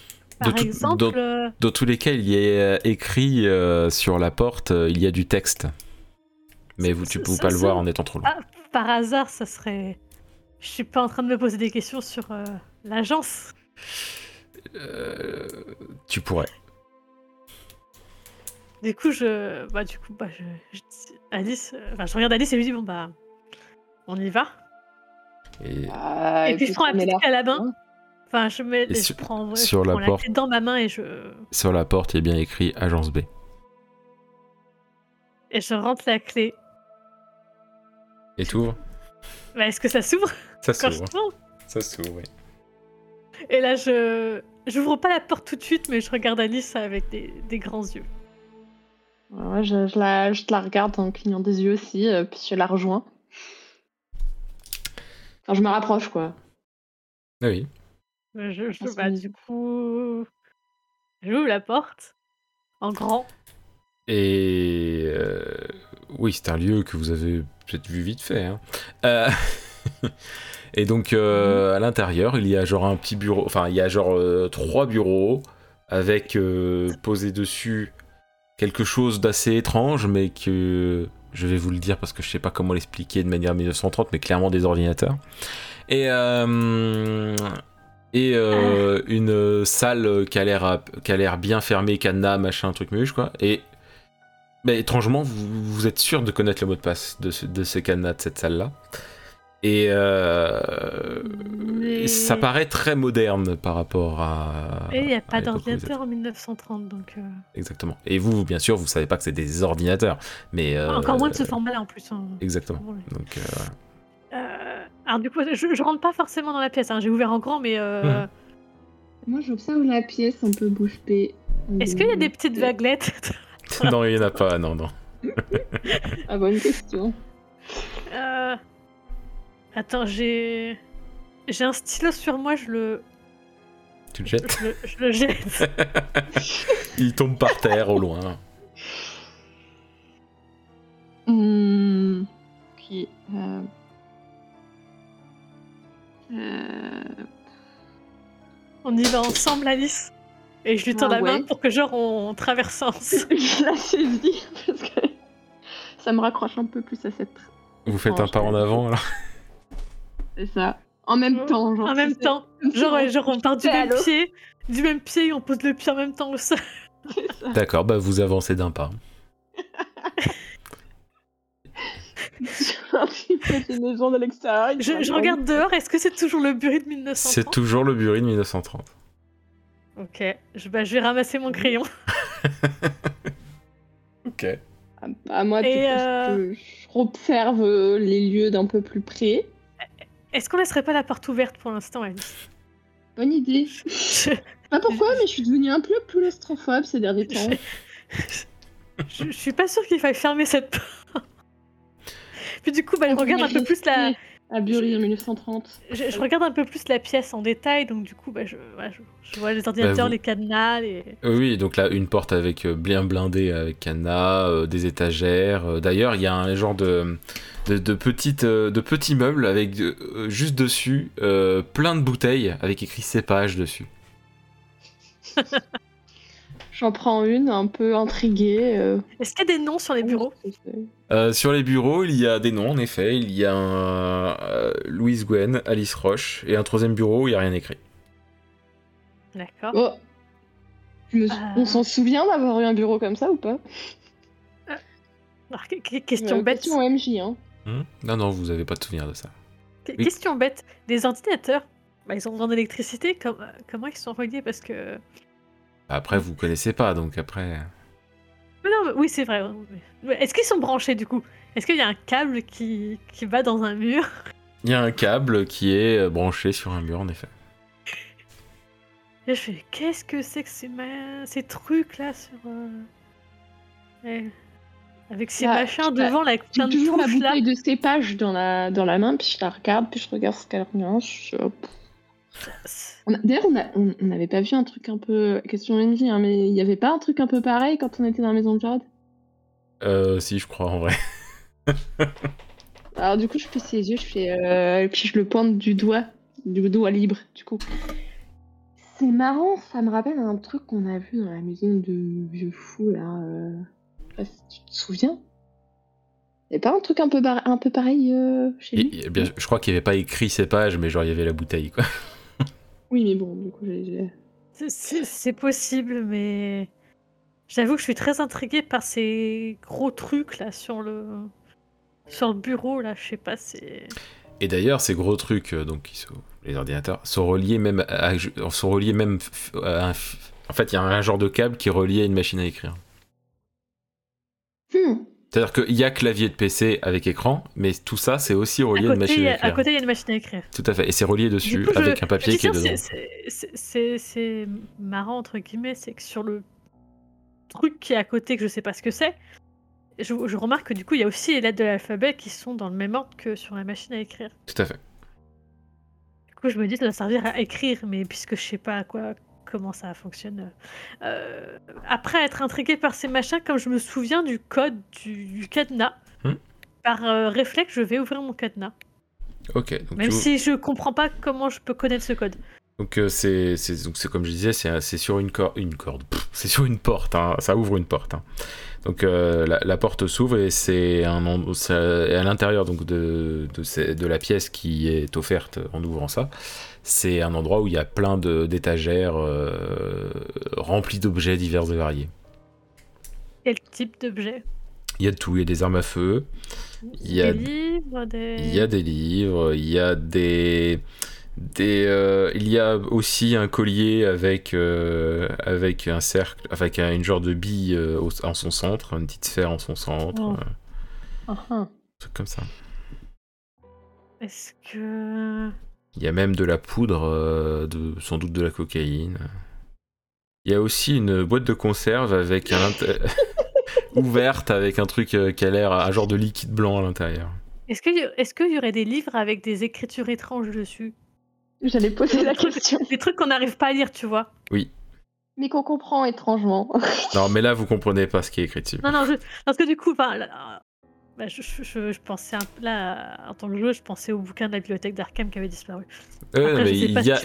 dans tous les cas, il y a écrit sur la porte, il y a du texte. Mais tu peux pas le voir en étant trop loin. Ah, par hasard, ça serait... Je suis pas en train de me poser des questions sur l'agence. Tu pourrais. Du coup, Alice... je regarde Alice et je lui dis, bon bah... On y va. Et puis je prends la petite clé à la main. Enfin, je prends la clé dans ma main et je... Sur la porte, il y a bien écrit Agence B. Et je rentre la clé. Et t'ouvres? Bah, est-ce que ça s'ouvre Ça quand je s'ouvre. tourne? Ça s'ouvre, oui. Et là, j'ouvre pas la porte tout de suite, mais je regarde Alice avec des grands yeux. Ouais, je la regarde en clignant des yeux aussi, puis je la rejoins. Enfin, je me rapproche, quoi. Ah oui. Du coup, j'ouvre la porte en grand. Et oui, c'est un lieu que vous avez peut-être vu vite fait. Hein. Et donc à l'intérieur, il y a genre un petit bureau, enfin il y a genre 3 bureaux avec posé dessus quelque chose d'assez étrange, mais que je vais vous le dire parce que je sais pas comment l'expliquer de manière 1930, mais clairement des ordinateurs. Et une salle qui a l'air bien fermée, cadenas, machin, truc muche, quoi. Et mais étrangement, vous êtes sûr de connaître le mot de passe de ce cadenas, de cette salle-là. Et ça paraît très moderne par rapport à... Et il n'y a pas à l'époque où vous d'ordinateur en 1930, donc... Exactement. Et vous, bien sûr, vous savez pas que c'est des ordinateurs, mais... Encore moins de ce format-là, en plus. Hein. Exactement. Ouais. Donc, Alors du coup, je rentre pas forcément dans la pièce, hein. J'ai ouvert en grand, mais... Moi, j'observe la pièce un peu bouche bée. Est-ce qu'il y a des petites vaguelettes? non, il y en a pas, non. Ah, bonne question. Attends, j'ai un stylo sur moi, je le jettes. Je le jette. Il tombe par terre au loin. Ok. On y va ensemble, Alice. Et je lui tends la main pour que genre on traverse ensemble. Je la saisis parce que ça me raccroche un peu plus à cette... Vous faites un pas en avant, alors? C'est ça. En même temps, genre. En même temps. Genre on part du même pied et on pose le pied en même temps au sol. D'accord, bah vous avancez d'un pas. Un petit peu des maisons de l'extérieur. Je regarde dehors, est-ce que c'est toujours le bureau de 1930? C'est toujours le bureau de 1930. Ok, je vais ramasser mon crayon. Ok. Moi, je observe les lieux d'un peu plus près. Est-ce qu'on laisserait pas la porte ouverte pour l'instant, Alice? Bonne idée. Je sais pas pourquoi, mais je suis devenue un peu plus claustrophobe ces derniers temps. Je suis pas sûre qu'il faille fermer cette porte. Puis du coup, je regarde un peu plus la... À Bury en 1930. Je regarde un peu plus la pièce en détail, donc du coup, je vois les ordinateurs, les cadenas, Oui, donc là, une porte avec bien blindée avec cadenas, des étagères. D'ailleurs, il y a un genre de petits meubles avec juste dessus plein de bouteilles avec écrit cépage dessus. J'en prends une, un peu intriguée. Est-ce qu'il y a des noms sur les bureaux? Sur les bureaux, il y a des noms, en effet. Il y a Louise Gwen, Alice Roche, et un troisième bureau où il n'y a rien écrit. D'accord. Oh. On s'en souvient d'avoir eu un bureau comme ça ou pas? Alors, question bête. Question MJ, hein. Non, vous n'avez pas de souvenir de ça. Question bête. Les ordinateurs, ils ont besoin d'électricité. Comment ils sont reliés? Parce que... Après, vous connaissez pas, donc après... Non, oui, c'est vrai. Est-ce qu'ils sont branchés, du coup? Est-ce qu'il y a un câble qui va dans un mur? Il y a un câble qui est branché sur un mur, en effet. Et je fais, qu'est-ce que c'est que ces trucs-là sur... avec ces machins devant, là, avec plein de touches, toujours la bouteille de cépage dans la main, puis je la regarde, puis je regarde ce qu'elle regarde. D'ailleurs, on n'avait pas vu un truc un peu... Question NJ, hein, mais il n'y avait pas un truc un peu pareil quand on était dans la maison de Jared? Si, je crois, en vrai. Alors du coup, je fais ses yeux, puis je le pointe du doigt libre, du coup. C'est marrant, ça me rappelle un truc qu'on a vu dans la maison de vieux fou, là. Je sais pas si tu te souviens. Il n'y avait pas un truc un peu pareil chez lui? Je crois qu'il n'y avait pas écrit cépage, mais genre il y avait la bouteille, quoi. Oui, mais bon, du coup, c'est possible, mais... J'avoue que je suis très intriguée par ces gros trucs, là, sur le bureau, là, je sais pas, c'est... Et d'ailleurs, ces gros trucs, les ordinateurs, sont reliés même à... En fait, il y a un genre de câble qui est relié à une machine à écrire. C'est-à-dire qu'il y a clavier de PC avec écran, mais tout ça, c'est aussi relié à une machine à écrire. À côté, il y a une machine à écrire. Tout à fait, et c'est relié dessus avec un papier qui est dedans. C'est marrant, entre guillemets, c'est que sur le truc qui est à côté, que je sais pas ce que c'est, je remarque que du coup, il y a aussi les lettres de l'alphabet qui sont dans le même ordre que sur la machine à écrire. Tout à fait. Du coup, je me dis, ça doit servir à écrire, mais puisque je sais pas comment ça fonctionne. Après être intriguée par ces machins, comme je me souviens du code du cadenas, par réflexe, je vais ouvrir mon cadenas. Ok. Donc même si je comprends pas comment je peux connaître ce code. Donc c'est comme je disais, c'est sur une corde. C'est sur une porte, hein. Ça ouvre une porte. Hein. Donc la porte s'ouvre et c'est à l'intérieur donc de la pièce qui est offerte en ouvrant ça. C'est un endroit où il y a plein d'étagères remplies d'objets divers et variés. Quel type d'objets ? Il y a de tout, il y a des armes à feu, il y a des livres, il y a des livres, il y a il y a aussi un collier avec un cercle, avec une genre de bille en son centre, une petite sphère en son centre. Un truc comme ça. Est-ce que... Il y a même de la poudre, sans doute de la cocaïne. Il y a aussi une boîte de conserve avec ouverte avec un truc qui a l'air un genre de liquide blanc à l'intérieur. Est-ce qu'il y aurait des livres avec des écritures étranges dessus ? J'allais poser la question. Des trucs qu'on n'arrive pas à lire, tu vois. Oui. Mais qu'on comprend étrangement. Non, mais là, vous comprenez pas ce qui est écrit dessus. Non, parce que du coup, je pensais là, en tant que joueur, je pensais au bouquin de la bibliothèque d'Arkham qui avait disparu. Après, mais il y a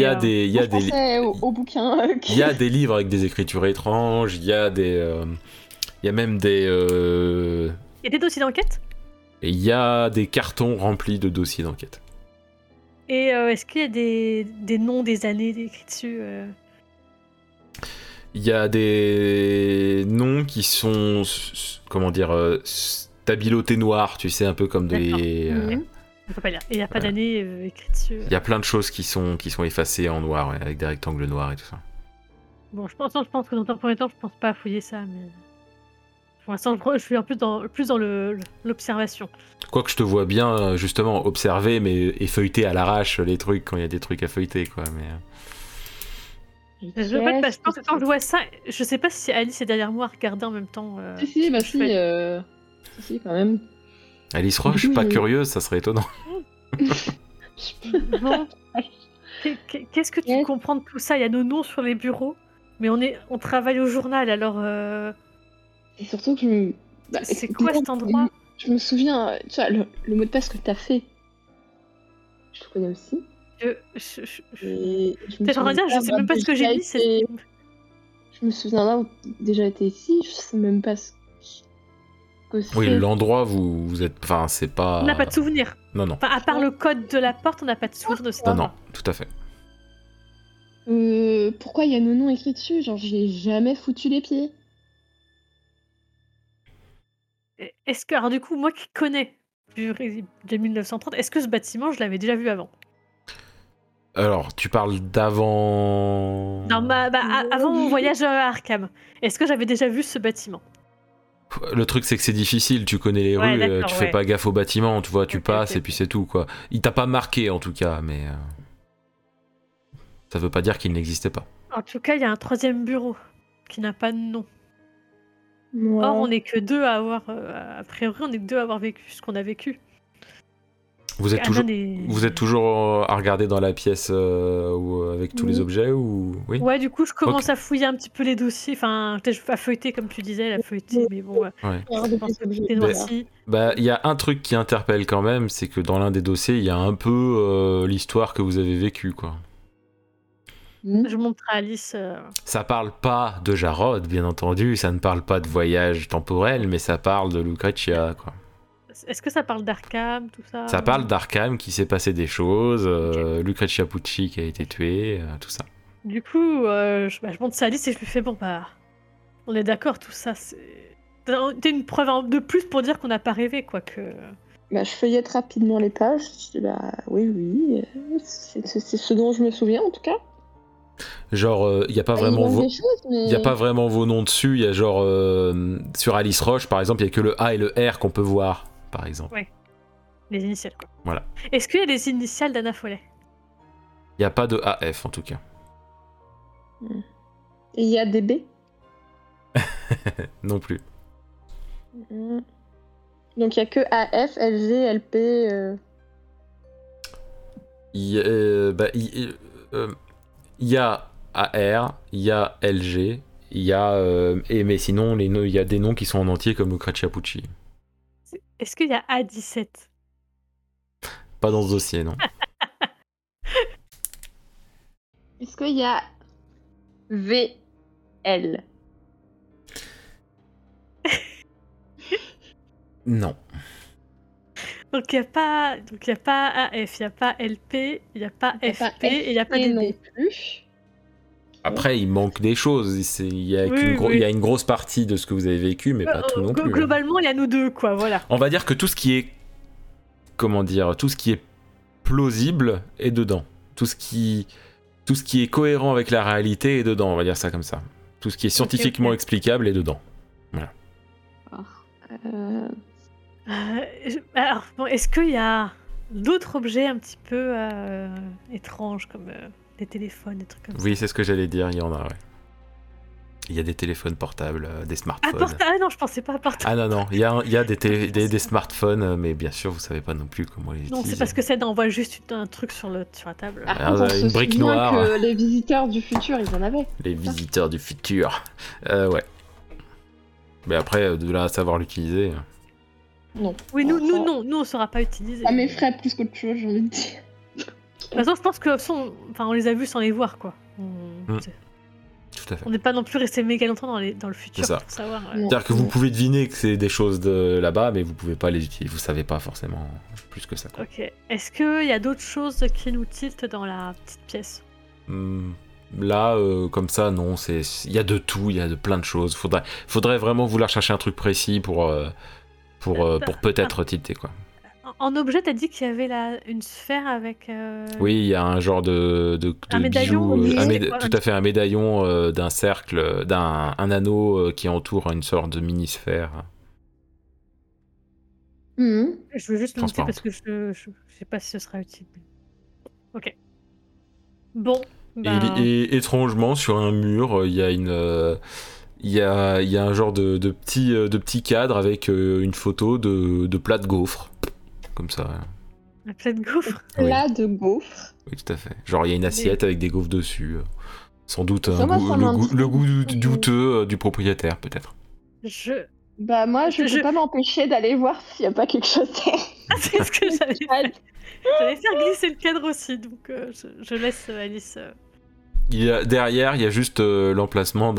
au bouquin. Il y a des livres avec des écritures étranges. Il y a même des. Il y a des dossiers d'enquête. Il y a des cartons remplis de dossiers d'enquête. Et est-ce qu'il y a des noms, des années écrits dessus Il y a des noms qui sont, comment dire, stabilotés noirs, tu sais, un peu comme des... On peut pas lire. Et il n'y a pas d'années écrites dessus. Il y a plein de choses qui sont effacées en noir, avec des rectangles noirs et tout ça. Bon, je pense que dans un premier temps, je pense pas à fouiller ça, mais... Pour l'instant, je suis un peu plus dans l'observation. Quoique je te vois bien, justement, observer, et feuilleter à l'arrache les trucs quand il y a des trucs à feuilleter, quoi, mais... Je pense que quand je vois ça, je sais pas si Alice est derrière moi à regarder en même temps. Si, quand même. Alice Roche, pas curieuse, ça serait étonnant. Bon. Qu'est-ce que tu comprends de tout ça ? Il y a nos noms sur les bureaux, mais on travaille au journal, alors... Et surtout que c'est quoi cet endroit ? Je me souviens, tu vois, le mot de passe que t'as fait, je le connais aussi. T'es en train de dire, je sais même pas ce que j'ai dit. Je me souviens là où déjà été ici, je sais même pas ce que c'est. Oui, l'endroit vous êtes... Enfin, c'est pas... On n'a pas de souvenir. Non. Enfin, à part le code de la porte, on n'a pas de souvenir de ça. Non, tout à fait. Pourquoi il y a nos noms écrits dessus ? Genre, j'y ai jamais foutu les pieds. Est-ce que, alors du coup, moi qui connais de 1930, est-ce que ce bâtiment, je l'avais déjà vu avant ? Alors, tu parles d'avant... Non, avant mon voyage à Arkham. Est-ce que j'avais déjà vu ce bâtiment ? Le truc, c'est que c'est difficile, tu connais les rues, tu fais pas gaffe au bâtiment, tu vois, tu passes et puis c'est tout, quoi. Il t'a pas marqué, en tout cas, mais... Ça veut pas dire qu'il n'existait pas. En tout cas, il y a un troisième bureau qui n'a pas de nom. Ouais. Or, on n'est que deux à avoir... a priori, on est que deux à avoir vécu ce qu'on a vécu. Vous êtes toujours à regarder dans la pièce avec tous les objets ou... Oui. Ouais, du coup, je commence à fouiller un petit peu les dossiers. Enfin, peut-être à feuilleter, comme tu disais, la feuilleter, mais bon... Je pense que tout est noirci. Il y a un truc qui interpelle quand même, c'est que dans l'un des dossiers, il y a un peu l'histoire que vous avez vécue, quoi. Je montre à Alice... Ça parle pas de Jarod, bien entendu, ça ne parle pas de voyage temporel, mais ça parle de Lucrezia, quoi. Est-ce que ça parle d'Arkham, tout ça ? Ça parle d'Arkham, qui s'est passé des choses, Lucrezia Pucci qui a été tué, tout ça. Du coup, je montre ça à Alice et je lui fais, on est d'accord, tout ça, c'est une preuve de plus pour dire qu'on n'a pas rêvé, quoi, que... je feuillette rapidement les pages, je dis, oui, c'est ce dont je me souviens, en tout cas. Genre, il n'y a pas Ils vraiment vendent des choses, mais... il y a pas vraiment vos noms dessus. Il y a genre sur Alice Roche, par exemple, il y a que le A et le R qu'on peut voir, par exemple. Ouais. Les initiales, quoi. Voilà. Est-ce qu'il y a les initiales d'Anna Follet? Il n'y a pas de AF en tout cas. Et il y a des B. Non plus. Donc il y a que AF, LG, LP. Il y a AR, il y a LG, il y a mais sinon il y a des noms qui sont en entier comme Lucrezia Pucci. Est-ce qu'il y a A17? Pas dans ce dossier, non. Est-ce qu'il y a VL? Non. Donc il n'y a pas AF, il n'y a pas LP, il n'y a pas FP et il n'y a pas non DB. plus. Après, il manque des choses. Il y a une grosse partie de ce que vous avez vécu, mais pas tout non plus. Globalement, il y a nous deux, quoi, voilà. On va dire que tout ce qui est... Comment dire? Tout ce qui est plausible est dedans. Tout ce qui est cohérent avec la réalité est dedans, on va dire ça comme ça. Tout ce qui est scientifiquement explicable est dedans. Voilà. Alors, bon, est-ce qu'il y a d'autres objets un petit peu étranges, comme des téléphones, des trucs comme ça? Oui, c'est ce que j'allais dire, il y en a, ouais. Il y a des téléphones portables, des smartphones. Ah non, je pensais pas à portable. Ah non, il y a des smartphones, mais bien sûr, vous savez pas non plus comment les utiliser. Non, c'est parce que ça envoie juste un truc sur la table. Une brique noire. Que les visiteurs du futur, ils en avaient. Les visiteurs du futur. Ouais. Mais après, de là à savoir l'utiliser... Non. Oui, nous on saura pas utiliser. Ça m'effraie plus qu'autre chose, j'ai envie de dire. De toute façon, je pense que on les a vus sans les voir, quoi. Tout à fait. On n'est pas non plus resté méga longtemps dans le futur ça. pour savoir. C'est-à-dire que vous pouvez deviner que c'est des choses de là-bas, mais vous pouvez pas les utiliser. Vous savez pas forcément plus que ça. Quoi. Ok. Est-ce qu'il y a d'autres choses qui nous tiltent dans la petite pièce? Là, comme ça, non. Il y a de tout, il y a de plein de choses. Faudrait vraiment vouloir chercher un truc précis pour peut-être tilter, quoi. En objet, t'as dit qu'il y avait une sphère avec... Oui, il y a un genre de un médaillon, bijou, tout à fait, un médaillon d'un cercle, un anneau qui entoure une sorte de mini-sphère. Je veux juste le noter parce que je sais pas si ce sera utile. Ok. Bon. Et étrangement, sur un mur, il y a il y a un genre de petit cadre avec une photo de plat de gaufres. Comme ça. Un plat de gaufres? Plat de gaufres? Oui, tout à fait. Genre, il y a une assiette avec des gaufres dessus. Sans doute le goût douteux du propriétaire, peut-être. Bah, moi, je peux pas m'empêcher d'aller voir s'il y a pas quelque chose derrière. Ah, c'est ce que j'allais faire. J'allais faire glisser le cadre aussi, donc je laisse Alice... Derrière, il y a juste l'emplacement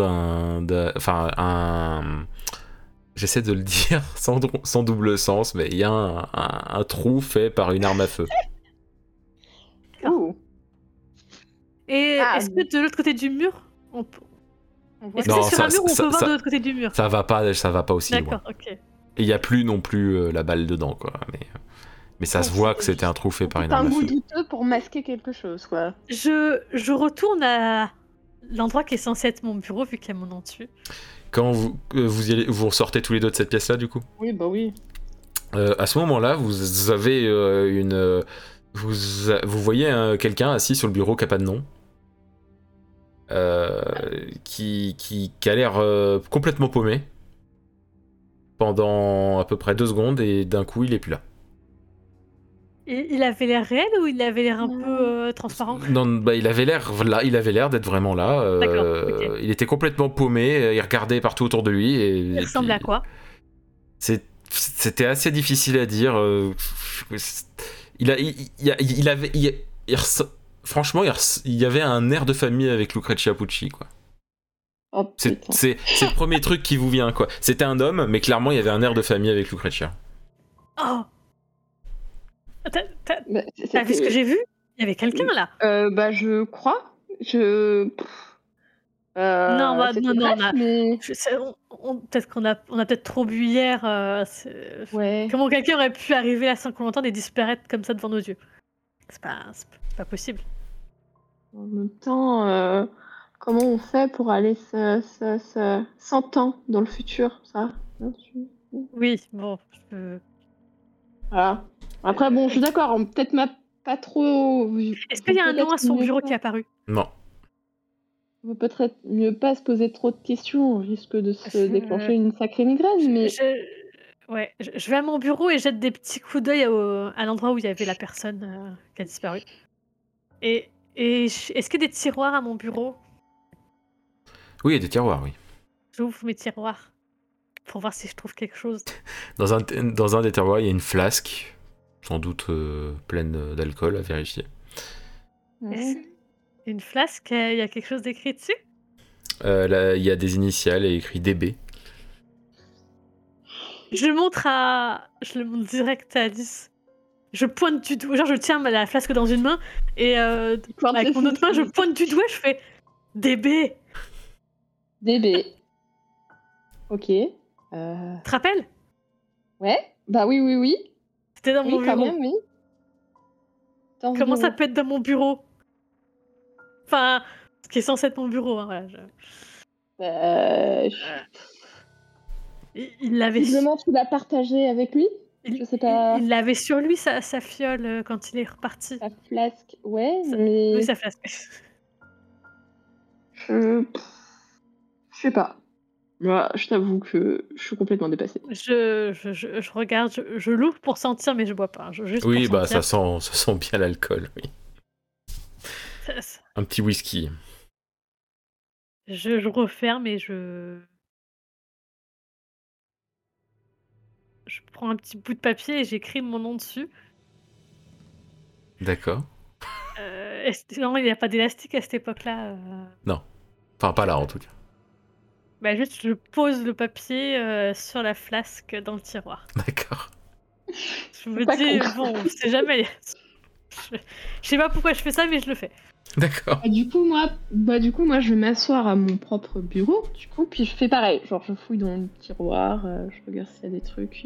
j'essaie de le dire sans double sens, mais il y a un trou fait par une arme à feu. Et est-ce que de l'autre côté du mur, est-ce que c'est sur un mur où on peut voir de l'autre côté du mur? Ça va pas aussi loin. D'accord, ok. Et il n'y a plus non plus la balle dedans, quoi. Mais ça se voit que c'était un trou fait par une arme à feu. C'est un goût douteux pour masquer quelque chose, quoi. Je retourne à l'endroit qui est censé être mon bureau, vu qu'il y a mon nom dessus. Quand vous ressortez tous les deux de cette pièce-là, du coup? Oui, bah oui. À ce moment-là, vous avez vous voyez quelqu'un assis sur le bureau qui n'a pas de nom. Qui a l'air complètement paumé pendant à peu près 2 secondes et d'un coup il est plus là. Et il avait l'air réel ou il avait l'air un peu transparent? Non, bah il avait l'air d'être vraiment là. D'accord, ok. Il était complètement paumé, il regardait partout autour de lui. Il ressemble à quoi? C'était assez difficile à dire. Franchement, il y avait un air de famille avec Lucrezia Pucci, quoi. Oh, c'est le premier truc qui vous vient, quoi. C'était un homme, mais clairement, il y avait un air de famille avec Lucrezia. Oh! T'as vu ce que j'ai vu? Il y avait quelqu'un, là? Bah, je crois. Non, mais... peut-être qu'on a peut-être trop bu hier. Ouais. Comment quelqu'un aurait pu arriver là sans qu'on l'entende et disparaître comme ça devant nos yeux? C'est pas possible. En même temps, comment on fait pour aller 100 ans dans le futur, ça? Hein, Oui, bon. Voilà. Après, bon, je suis d'accord, peut-être pas trop. Est-ce qu'il y a un nom à son bureau qui est est apparu? Non. On peut peut-être mieux pas se poser trop de questions, on risque de se déclencher une sacrée migraine, mais Je vais à mon bureau et jette des petits coups d'œil à l'endroit où il y avait la personne qui a disparu. Et est-ce qu'il y a des tiroirs à mon bureau? Oui, il y a des tiroirs, oui. J'ouvre mes tiroirs pour voir si je trouve quelque chose. Dans un des tiroirs, il y a une flasque, sans doute pleine d'alcool, à vérifier. Une flasque, il y a quelque chose d'écrit dessus? Là, il y a des initiales et écrit DB. Je le montre direct à Alice. Je pointe du doigt, genre je tiens la flasque dans une main et avec mon autre main, je pointe du doigt, je fais DB. DB. Ok. Tu te rappelles? Ouais. Bah oui. C'était dans mon bureau. Quand même, oui. Comment ça peut être dans mon bureau? Enfin, ce qui est censé être mon bureau, hein, voilà. Il l'avait. Visiblement, tu l'as partagé avec lui. Je sais pas. Il l'avait sur lui, sa fiole, quand il est reparti. Sa flasque, ouais, mais. Oui, sa flasque. Je sais pas. Moi, je t'avoue que je suis complètement dépassée. Je regarde, je l'ouvre pour sentir, mais je bois pas. Juste Oui, pour bah sentir. ça sent bien l'alcool, oui. Un petit whisky. Je referme et je prends un petit bout de papier et j'écris mon nom dessus. D'accord. Non, il n'y a pas d'élastique à cette époque-là. Non. Enfin, pas là, en tout cas. Bah juste, je pose le papier sur la flasque dans le tiroir. D'accord. Je me dis, bon, on sait jamais. Je sais pas pourquoi je fais ça, mais je le fais. D'accord. Du coup, moi, je vais m'asseoir à mon propre bureau, du coup, puis je fais pareil. Genre, je fouille dans le tiroir, je regarde s'il y a des trucs.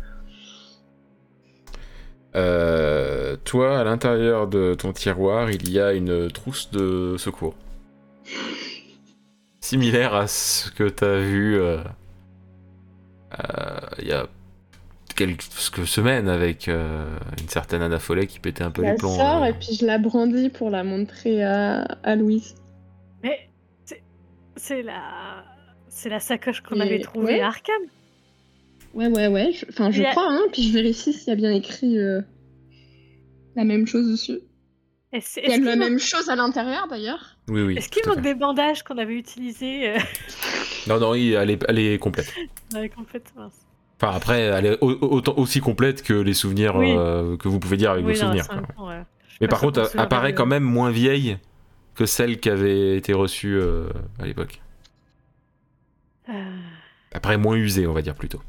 Toi, à l'intérieur de ton tiroir, il y a une trousse de secours. Similaire à ce que t'as vu il y a quelques semaines avec une certaine Anna Follet qui pétait un peu les plombs. Je la sors et puis je la brandis pour la montrer à Louise. Mais c'est la sacoche qu'on avait trouvée à Arkham. Ouais. Je crois, hein. Puis je vérifie s'il y a bien écrit la même chose dessus. Il y a la même chose à l'intérieur, d'ailleurs. Oui. Est-ce qu'il manque des bandages qu'on avait utilisés Non, elle est complète. Elle est complète, mince. Enfin, après, elle est autant aussi complète que les souvenirs que vous pouvez dire avec vos souvenirs. Mais par contre, elle apparaît quand même moins vieille que celle qui avait été reçue à l'époque. Apparaît moins usée, on va dire plutôt.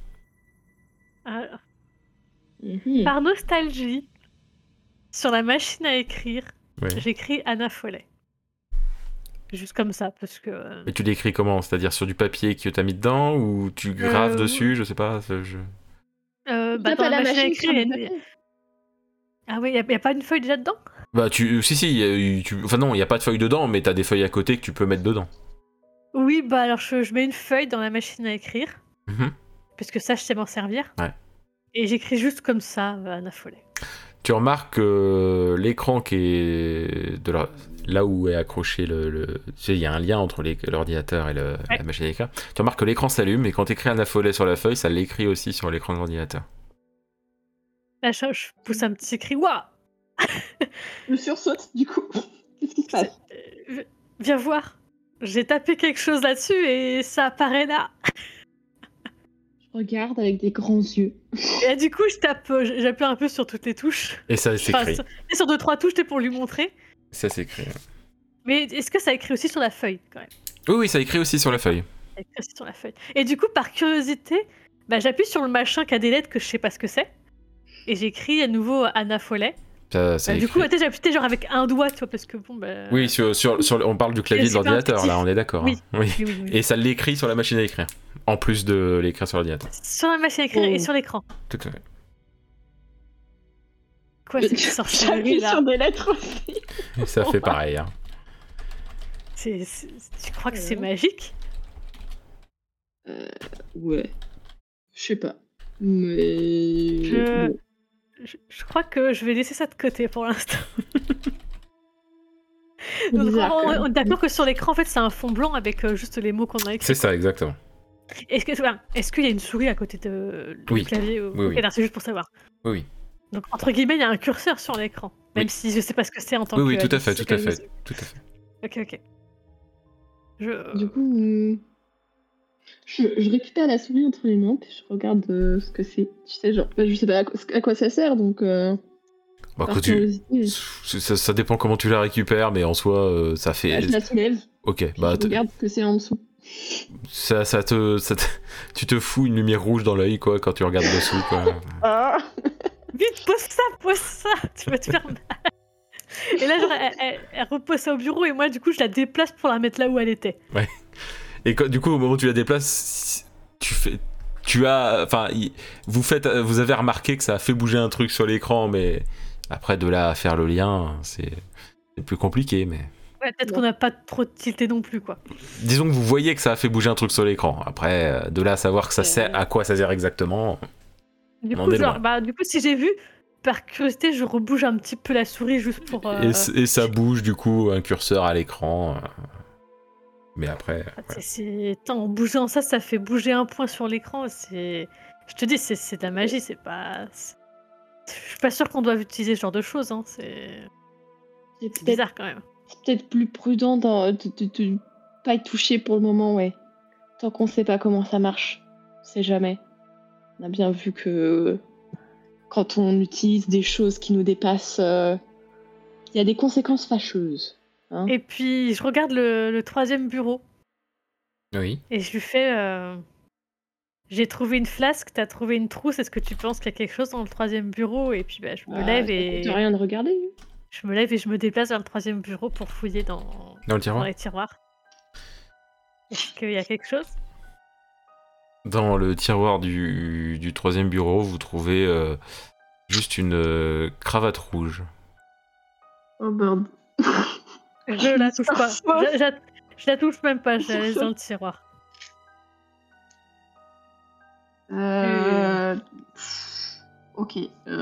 Par nostalgie, sur la machine à écrire, j'écris Anna Follet. Juste comme ça, parce que... Mais tu l'écris comment? C'est-à-dire sur du papier que t'as mis dedans, ou tu graves dessus, je sais pas. dans la machine à écrire... Ah oui, y a pas une feuille déjà dedans? Bah si, enfin non, il y a pas de feuille dedans, mais t'as des feuilles à côté que tu peux mettre dedans. Oui, bah alors je mets une feuille dans la machine à écrire, parce que ça, je sais m'en servir. Ouais. Et j'écris juste comme ça, Anna Follet. Tu remarques que l'écran qui est là où est accroché tu sais, il y a un lien entre l'ordinateur et la machine à écrire. Tu remarques que l'écran s'allume et quand tu écris Anna Follet sur la feuille, ça l'écrit aussi sur l'écran de l'ordinateur. Là, je pousse un petit cri. Waouh! Je sursaute, du coup. Qu'est-ce qui se passe? Viens voir. J'ai tapé quelque chose là-dessus et ça apparaît là. Je regarde avec des grands yeux. Et là, du coup, j'appuie un peu sur toutes les touches. Et ça s'écrit. Sur 2-3 touches, pour lui montrer. Ça s'écrit. Mais est-ce que ça écrit aussi sur la feuille, quand même? Oui, ça écrit aussi sur la feuille. Ça écrit aussi sur la feuille. Et du coup, par curiosité, j'appuie sur le machin qui a des lettres que je sais pas ce que c'est. Et j'écris à nouveau Anna Follet. Du coup, j'ai appuyé genre avec un doigt, tu vois, parce que bon, Oui, on parle du clavier de l'ordinateur, là, on est d'accord. Oui. Hein. Oui. Et ça l'écrit sur la machine à écrire, en plus de l'écrire sur l'ordinateur. Sur la machine à écrire et sur l'écran. Tout à fait. Quoi, c'est sorcier là? Sur des lettres aussi. Et ça fait pareil. Hein. Tu crois que c'est magique? Ouais. Je sais pas. Mais. Je... bon. Je crois que je vais laisser ça de côté pour l'instant. C'est Donc, bizarre, quand même. on est d'accord que sur l'écran, en fait, c'est un fond blanc avec juste les mots qu'on a écrits. C'est ça, exactement. Est-ce qu'il y a une souris à côté du Oui. clavier Oui, Ok, oui. non, c'est juste pour savoir. Oui, Donc, entre guillemets, il y a un curseur sur l'écran. Même Oui. si je sais pas ce que c'est en tant oui, que. oui, tout à fait, Alice, tout à comme- fait, tout à fait. Ok. Du coup, je récupère la souris entre les mains, puis je regarde ce que c'est. Tu sais, genre, je sais pas à quoi ça sert, donc. Bah, par quand curiosité, ça dépend comment tu la récupères, mais en soi, ça fait. je la soulève, Ok, puis bah, je regarde ce que c'est en dessous. tu te fous une lumière rouge dans l'œil, quoi, quand tu regardes dessous, quoi. Ah Vite, pose ça, tu vas te faire mal. Et là, genre, elle repose ça au bureau et moi, du coup, je la déplace pour la mettre là où elle était. Et du coup, au moment où tu la déplaces, vous avez remarqué que ça a fait bouger un truc sur l'écran, mais après de là à faire le lien, c'est plus compliqué, mais. Ouais, peut-être qu'on n'a pas trop tilté non plus, quoi. Disons que vous voyez que ça a fait bouger un truc sur l'écran. Après, de là à savoir que ça sert, à quoi ça sert exactement. Du On en coup, est loin. du coup, si j'ai vu, par curiosité, je rebouge un petit peu la souris juste pour. Et ça bouge du coup un curseur à l'écran. Mais après. En bougeant ça fait bouger un point sur l'écran. Je te dis, c'est de la magie, c'est pas. Je suis pas sûre qu'on doive utiliser ce genre de choses. Hein. C'est bizarre quand même. C'est peut-être plus prudent de pas y toucher pour le moment, ouais. Tant qu'on sait pas comment ça marche. On sait jamais. On a bien vu que quand on utilise des choses qui nous dépassent, il y a des conséquences fâcheuses. Hein. Et puis, je regarde le troisième bureau. Oui. Et je lui fais. J'ai trouvé une flasque, t'as trouvé une trousse. Est-ce que tu penses qu'il y a quelque chose dans le troisième bureau? Et puis, je me lève et. Ça coûte rien de regarder. Je me lève et je me déplace vers le troisième bureau pour fouiller dans le tiroir. les tiroirs. Est-ce qu'il y a quelque chose? Dans le tiroir du troisième bureau, vous trouvez juste une cravate rouge. Oh merde. Je la touche pas. Je la touche même pas, je la laisse dans le tiroir. Ok.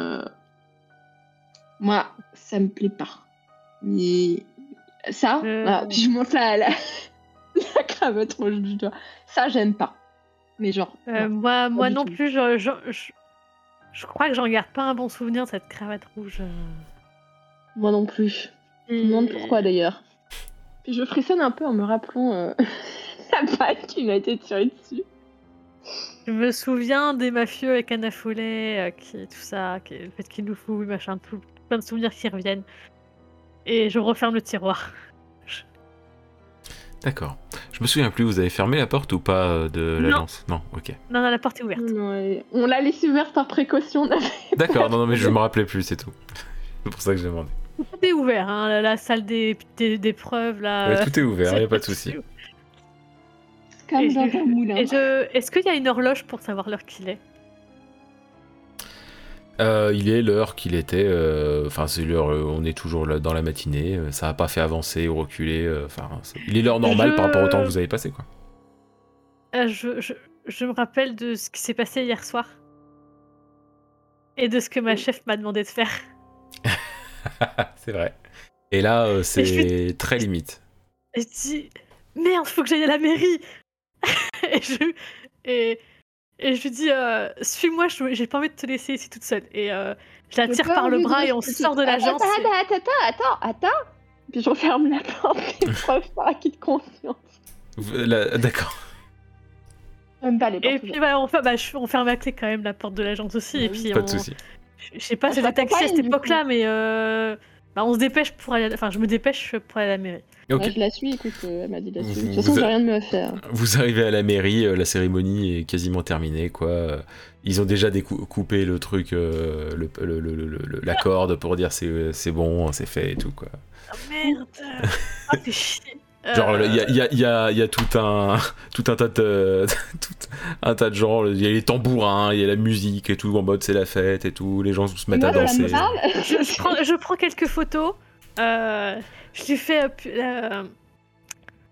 Moi, ça me plaît pas. Mais ça, voilà, puis je monte la cravate rouge du doigt. Ça, j'aime pas. Mais genre. Moi non tout. plus, je crois que j'en garde pas un bon souvenir de cette cravate rouge. Moi non plus. Je me demande pourquoi d'ailleurs. Puis je frissonne un peu en me rappelant la balle qui m'a été tirée dessus. Je me souviens des mafieux avec Anna Follet, tout ça, le fait qu'ils nous fouillent, machin, plein de souvenirs qui reviennent. Et je referme le tiroir. D'accord. Je me souviens plus, vous avez fermé la porte ou pas de l'agence? Non, ok. Non, la porte est ouverte. Non, on l'a laissée ouverte par précaution. D'accord, non, mais je me rappelais plus, c'est tout. C'est pour ça que j'ai demandé. Tout est ouvert, hein, la salle des preuves, là. Ouais, tout est ouvert, il n'y a pas de souci. Comme dans un moulin. Est-ce qu'il y a une horloge pour savoir l'heure qu'il est? Il est l'heure qu'il était. Enfin, c'est l'heure. On est toujours là dans la matinée. Ça n'a pas fait avancer ou reculer. Il est l'heure normale par rapport au temps que vous avez passé, quoi. Je me rappelle de ce qui s'est passé hier soir et de ce que ma chef m'a demandé de faire. C'est vrai. Et là, c'est très limite. Et je dis merde, faut que j'aille à la mairie. et je lui dis suis-moi, j'ai pas envie de te laisser ici toute seule. Et je la tire par le bras et on sort de l'agence. Attends. Puis je referme la porte et preuve par acquis de conscience. D'accord. J'aime pas les portes. Et puis on ferme à clé quand même la porte de l'agence aussi. Et puis Pas de soucis. Je sais pas, c'était taxi à cette époque-là, mais on se dépêche pour aller. Enfin, je me dépêche pour aller à la mairie. Okay. Je la suis, écoute, elle m'a dit de la suivre. De toute façon, j'ai rien de mieux à faire. Vous arrivez à la mairie, la cérémonie est quasiment terminée, quoi. Ils ont déjà coupé le truc, la corde pour dire c'est bon, c'est fait et tout, quoi. Oh merde. Ah, t'es chier. Genre, il y a tout un tas de gens, il y a les tambourins, il y a la musique et tout, en mode c'est la fête et tout, les gens se mettent à danser. Je prends quelques photos, je lui fais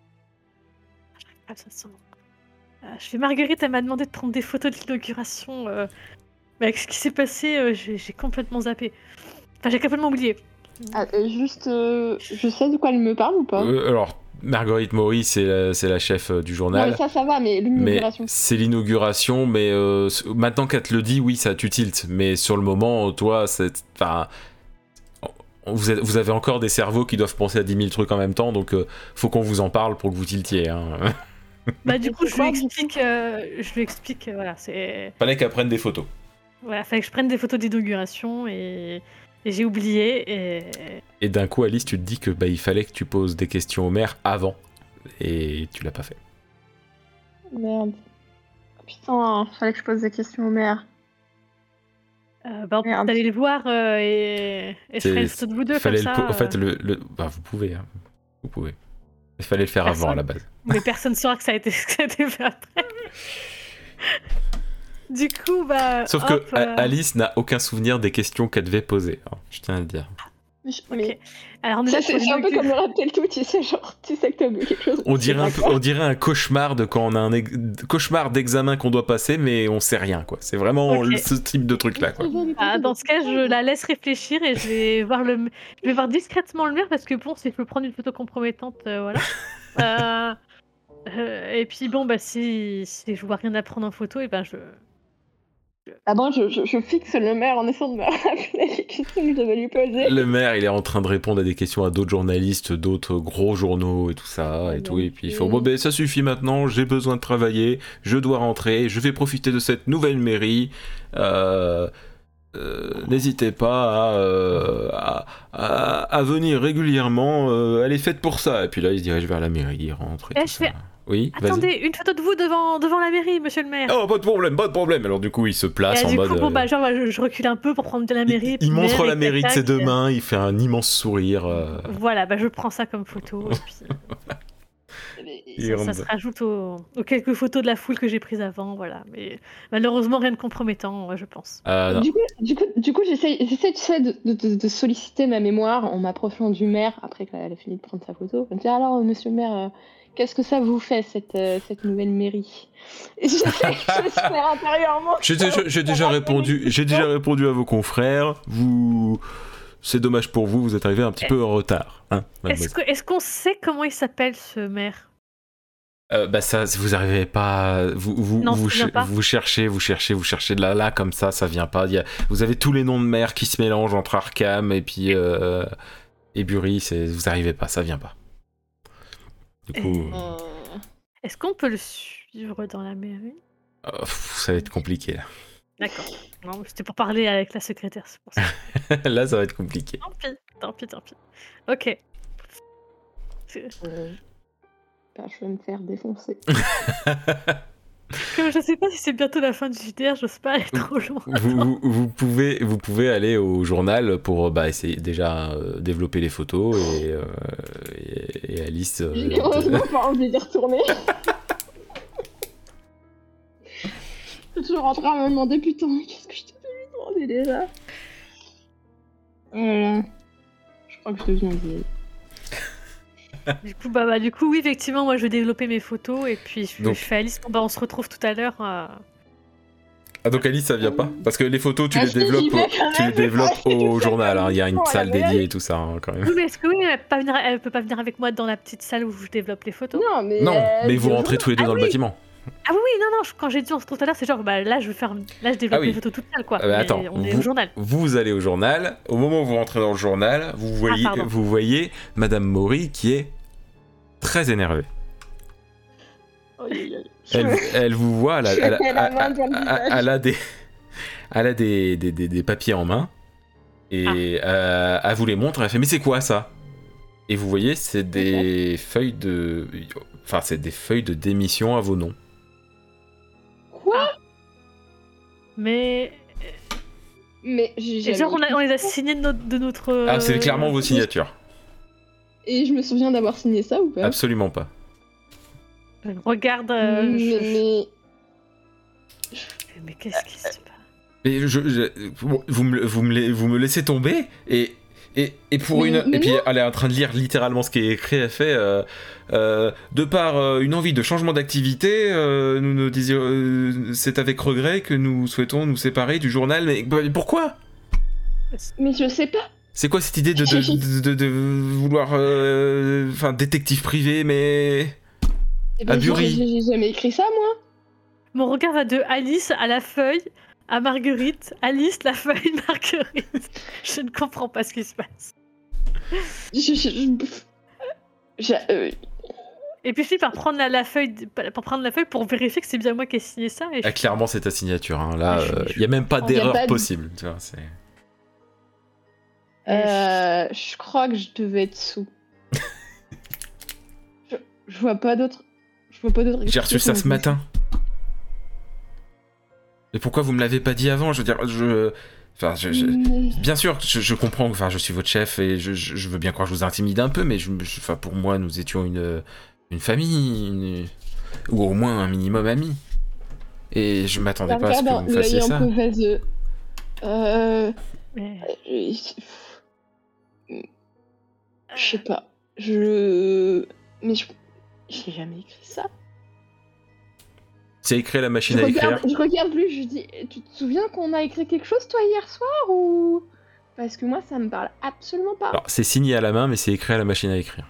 Ah, ça sent. Je fais Marguerite, elle m'a demandé de prendre des photos de l'inauguration. Mais avec ce qui s'est passé, j'ai complètement zappé. Enfin, j'ai complètement oublié. Juste, je sais de quoi elle me parle ou pas? Alors, Marguerite Maury, c'est la chef du journal. Non, mais ça va, mais l'inauguration. Mais c'est l'inauguration, mais maintenant qu'elle te le dit, oui, ça tu tiltes. Mais sur le moment, toi, vous avez encore des cerveaux qui doivent penser à 10 000 trucs en même temps, donc faut qu'on vous en parle pour que vous tiltiez. Hein. Bah du coup, je lui explique, voilà, c'est... Fallait qu'elle prenne des photos. Voilà, fallait que je prenne des photos d'inauguration et j'ai oublié Et d'un coup, Alice, tu te dis que il fallait que tu poses des questions au maire avant, et tu l'as pas fait. Merde. Putain, fallait que je pose des questions au maire. on peut aller le voir et je ferai une photo de vous deux comme ça. En fait, vous pouvez, hein. Vous pouvez. Il fallait le faire avant à la base. Mais personne saura que ça a été fait après. Du coup, Sauf que Alice n'a aucun souvenir des questions qu'elle devait poser. Alors, je tiens à le dire. Mais... Alors, c'est un peu comme le rappel tout, tu sais, genre, tu sais que t'as oublié quelque chose. On dirait un cauchemar de quand on a un cauchemar d'examen qu'on doit passer, mais on sait rien, quoi. C'est vraiment ce type de truc-là, quoi. Dans ce cas, je la laisse réfléchir et je vais voir discrètement le maire parce que bon, si je peux prendre une photo compromettante, voilà. Et puis bon, si je vois rien à prendre en photo, et je... Ah bon, je fixe le maire en essayant de me rappeler les questions que je devais lui poser. Le maire, il est en train de répondre à des questions à d'autres journalistes, d'autres gros journaux et tout ça, et tout. Et puis il faut, ça suffit maintenant, j'ai besoin de travailler, je dois rentrer, je vais profiter de cette nouvelle mairie. N'hésitez pas à venir régulièrement, elle est faite pour ça. Et puis là, il se dirige vers la mairie, il rentre et tout ça. Oui, attendez, une photo de vous devant la mairie, monsieur le maire. Oh, pas de problème. Alors du coup, il se place en mode... je recule un peu pour prendre de la mairie. Il montre la mairie de ses deux mains, il fait un immense sourire. Voilà, je prends ça comme photo. Et puis... ça se rajoute aux quelques photos de la foule que j'ai prises avant, voilà. Mais malheureusement, rien de compromettant, je pense. Du coup, j'essaie de solliciter ma mémoire en m'approchant du maire après qu'elle a fini de prendre sa photo. Je me dis, alors, monsieur le maire... qu'est-ce que ça vous fait, cette nouvelle mairie? Et j'espère intérieurement. J'ai déjà répondu à vos confrères. C'est dommage pour vous, vous êtes arrivé un petit peu en retard. Hein, est-ce qu'on sait comment il s'appelle, ce maire? Ça, vous arrivez pas. Vous cherchez de là comme ça vient pas. Vous avez tous les noms de maires qui se mélangent entre Arkham et puis et Bury. Vous arrivez pas, ça vient pas. Du coup... Est-ce qu'on peut le suivre dans la mairie? Ça va être compliqué là. D'accord. Non, c'était pour parler avec la secrétaire, c'est pour ça. Là, ça va être compliqué. Tant pis. Ok. Je vais me faire défoncer. Comme je sais pas si c'est bientôt la fin du JDR, j'ose pas aller trop loin. Vous pouvez aller au journal pour essayer déjà développer les photos et Alice. J'ai heureusement pas envie d'y retourner. Je suis toujours en train de me demander putain, qu'est-ce que je t'avais demandé déjà? Voilà. Je crois que je deviens vieille. Du coup, oui, effectivement, moi je vais développer mes photos et puis je fais Alice. On se retrouve tout à l'heure. Ah, donc Alice, ça vient pas? Parce que les photos, tu les développes au journal. Il y a une salle dédiée et tout ça, quand même. Oui, mais est-ce que elle peut pas venir avec moi dans la petite salle où je développe les photos? Non, mais vous rentrez tous les deux dans le bâtiment. Ah oui, non, quand j'ai dit on se retrouve tout à l'heure, c'est genre, là je développe les photos toute seule, quoi. Attends, on est au journal. Vous allez au journal, au moment où vous rentrez dans le journal, vous voyez Madame Maury qui est très énervée. Elle vous voit, elle a des papiers en main, et elle vous les montre, elle fait « Mais c'est quoi ça ?» Et vous voyez, c'est des feuilles de... Enfin, c'est des feuilles de démission à vos noms. Quoi? Mais genre on les a signés de notre... Ah, c'est clairement vos signatures. Et je me souviens d'avoir signé ça ou pas? Absolument pas. Regarde... Mais qu'est-ce qui se passe? Et vous me laissez tomber et Et pour une... Et puis elle est en train de lire littéralement ce qui est écrit, elle fait... de par une envie de changement d'activité, nous nous disions... c'est avec regret que nous souhaitons nous séparer du journal, mais pourquoi ? Mais je sais pas. C'est quoi cette idée de vouloir... Enfin, détective privé, mais... Aburie. J'ai jamais écrit ça, moi. Mon regard va de Alice à la feuille, à Marguerite, Alice, la feuille, Marguerite. Je ne comprends pas ce qui se passe. Et puis je finis par prendre la feuille pour vérifier que c'est bien moi qui ai signé ça. Et clairement, c'est ta signature. Hein. Là, il n'y a même pas d'erreur possible. Tu vois, c'est... je crois que je devais être sous. je vois pas d'autres. J'ai reçu ça ce matin. Et pourquoi vous me l'avez pas dit avant ? Je veux dire, bien sûr, je comprends. Enfin, je suis votre chef et je veux bien croire que je vous intimide un peu, mais pour moi, nous étions une famille, ou au moins un minimum amis. Et je m'attendais pas à ce que vous fassiez ça. Je sais pas. Mais j'ai jamais écrit ça. C'est écrit à la machine à écrire. Je regarde lui, je dis, tu te souviens qu'on a écrit quelque chose toi hier soir ou... Parce que moi ça me parle absolument pas. Alors c'est signé à la main mais c'est écrit à la machine à écrire.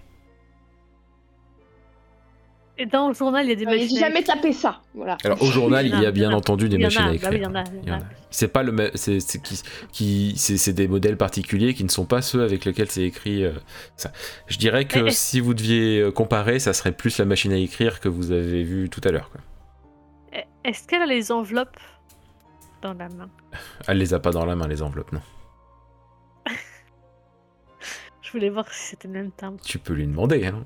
Et dans le journal il y a des machines. J'ai jamais tapé ça, voilà. Alors au journal il y a bien entendu des machines à écrire. Il y en a. C'est pas c'est des modèles particuliers qui ne sont pas ceux avec lesquels c'est écrit. Ça. Je dirais que si vous deviez comparer, ça serait plus la machine à écrire que vous avez vue tout à l'heure, quoi. Est-ce qu'elle a les enveloppes dans la main ? Elle les a pas dans la main, les enveloppes, non. Je voulais voir si c'était le même timbre. Tu peux lui demander, hein.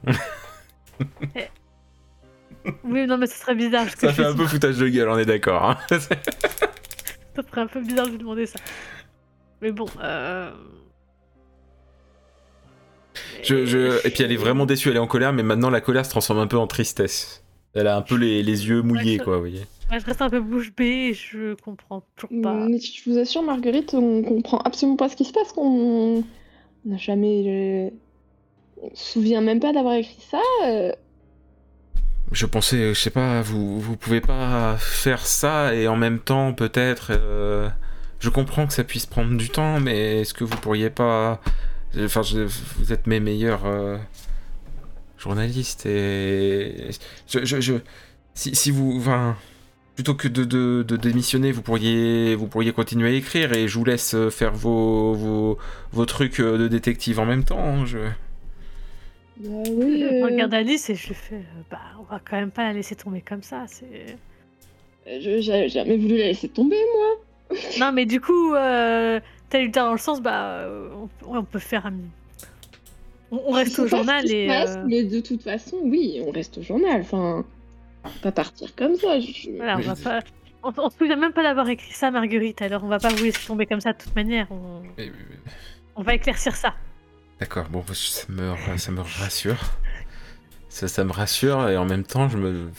Oui, non, mais ce serait bizarre. Ça fait un peu foutage de gueule, on est d'accord. Hein. Ça serait un peu bizarre de lui demander ça. Mais bon, Et puis elle est vraiment déçue, elle est en colère, mais maintenant la colère se transforme un peu en tristesse. Elle a un peu les yeux mouillés, quoi, vous voyez. Ouais, je reste un peu bouche bée et je comprends toujours pas. Mais je vous assure, Marguerite, on comprend absolument pas ce qui se passe. On n'a jamais... On se souvient même pas d'avoir écrit ça. Je pensais, je sais pas, vous pouvez pas faire ça et en même temps, peut-être... Je comprends que ça puisse prendre du temps, mais est-ce que vous pourriez pas... Enfin, vous êtes mes meilleurs... journalistes et... Si vous... Enfin... Plutôt que de démissionner, vous pourriez continuer à écrire et je vous laisse faire vos trucs de détective en même temps. Hein, oui, Je regarde Alice et je lui fais on va quand même pas la laisser tomber comme ça. J'ai jamais voulu la laisser tomber, moi. Non, mais du coup, t'as eu le temps dans le sens, on peut faire on reste au journal et. Mais de toute façon, oui, on reste au journal. Enfin. Pas partir comme ça. Voilà, on se souvient même pas d'avoir écrit ça, Marguerite, alors on va pas vous laisser tomber comme ça de toute manière. On va éclaircir ça. D'accord, bon, ça me rassure. Ça me rassure et en même temps,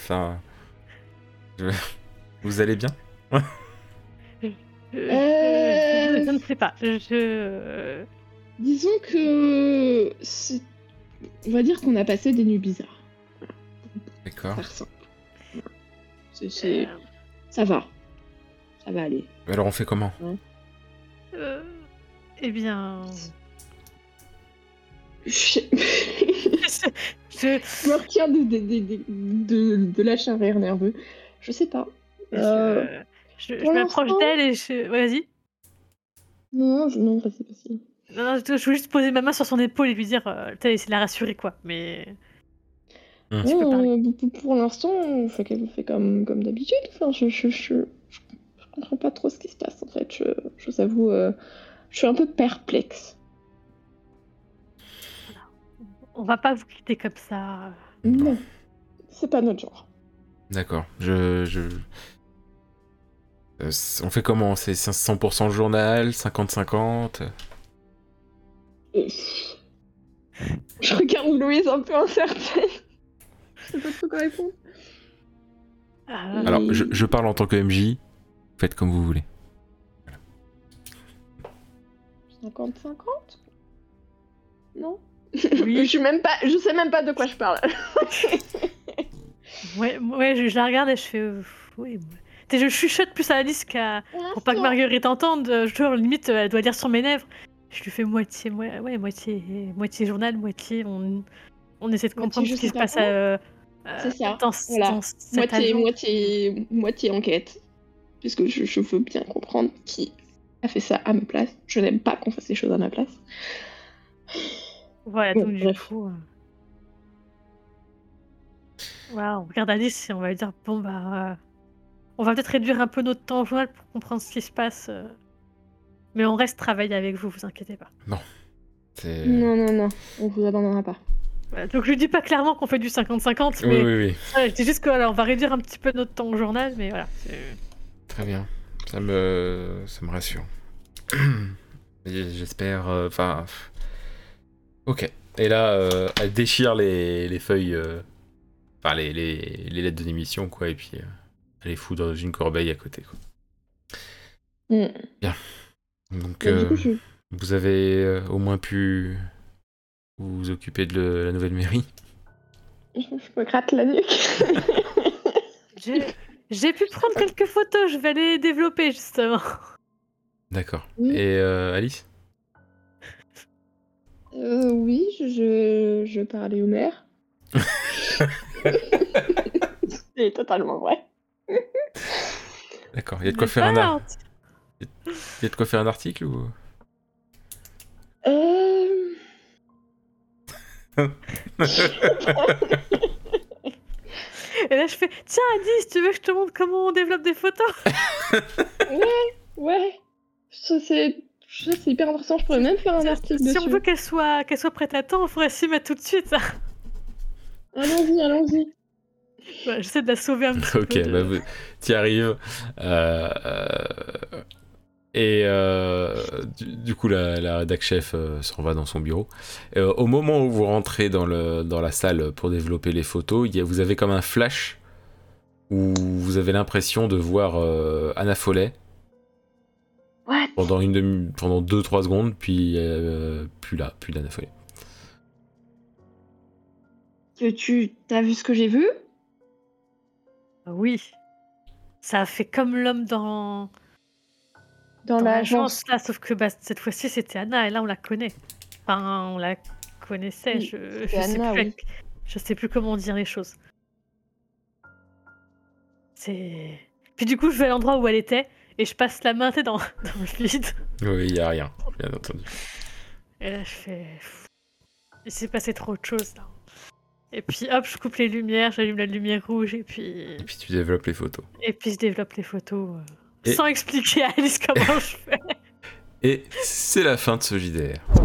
vous allez bien ? Je ne sais pas. Disons que... On va dire qu'on a passé des nuits bizarres. D'accord. Ça va. Ça va aller. Alors on fait comment ? Eh bien... Je me retiens de lâcher un rire nerveux. Je sais pas. Je m'approche d'elle et vas-y. Non, vas-y. Non, je veux juste poser ma main sur son épaule et lui dire... T'as essayé de la rassurer, quoi, mais... Pour l'instant, on fait comme d'habitude. Enfin, je comprends pas trop ce qui se passe en fait. Je vous avoue, je suis un peu perplexe. On va pas vous quitter comme ça. Non, c'est pas notre genre. D'accord. On fait comment ? C'est 100% journal, 50-50 ? Je regarde Louise un peu incertaine. Je sais pas trop quoi répondre. Alors, je parle en tant que MJ. Faites comme vous voulez. 50-50 ? Non. Oui. Je sais même pas de quoi je parle. Ouais, je la regarde et je fais oui. Je chuchote plus à Alice pour pas que Marguerite entende. Genre, limite, elle doit lire sur mes lèvres. Je lui fais moitié journal, moitié. On essaie de comprendre ce qui se passe c'est ça. dans Voilà. cet avion. Moitié enquête. Puisque je veux bien comprendre qui a fait ça à ma place. Je n'aime pas qu'on fasse les choses à ma place. Voilà, Bon, donc du coup. Voilà, on regarde Alice et on va lui dire bon, bah. On va peut-être réduire un peu notre temps au journal pour comprendre ce qui se passe. Mais on reste travailler avec vous, vous inquiétez pas. Non, on vous abandonnera pas. Voilà, donc je lui dis pas clairement qu'on fait du 50-50, mais Oui. je dis juste qu'on va réduire un petit peu notre temps au journal, mais voilà. Très bien, ça me rassure. J'espère... Enfin... ok. Et là, elle déchire les feuilles... Enfin, les lettres de démission, quoi, et puis elle les fout dans une corbeille à côté, quoi. Bien. Donc, du coup, vous avez au moins pu vous occuper de la nouvelle mairie. Je me gratte la nuque. J'ai pu prendre quelques photos, je vais les développer, justement. D'accord. Et Alice ? Oui, je parlais au maire. C'est totalement vrai. D'accord. Il y a de quoi faire un article ou... Et là, je fais tiens, Alice, tu veux que je te montre comment on développe des photos? Ouais. C'est hyper intéressant. Je pourrais même faire un article dessus. Si on veut qu'elle soit prête à temps, il faudrait s'y mettre tout de suite. Allons-y. Ouais, j'essaie de la sauver un petit peu. Ok, bah t'y arrives. Et du coup, la rédac chef s'en va dans son bureau. Au moment où vous rentrez dans la salle pour développer les photos, vous avez comme un flash où vous avez l'impression de voir Anna Follet pendant 2-3 secondes, puis plus d'Anna Follet. T'as vu ce que j'ai vu? Oui. Ça a fait comme l'homme dans l'agence là, sauf que cette fois-ci c'était Anna et là on la connaît. Enfin, on la connaissait. Oui, Je sais plus comment dire les choses. Puis du coup, je vais à l'endroit où elle était et je passe la main dans le vide. Oui, il y a rien, bien entendu. Et là, je fais. Il s'est passé trop de choses là. Et puis hop, je coupe les lumières, j'allume la lumière rouge et puis tu développes les photos. Et puis je développe les photos sans expliquer à Alice comment je fais. Et c'est la fin de ce JDR.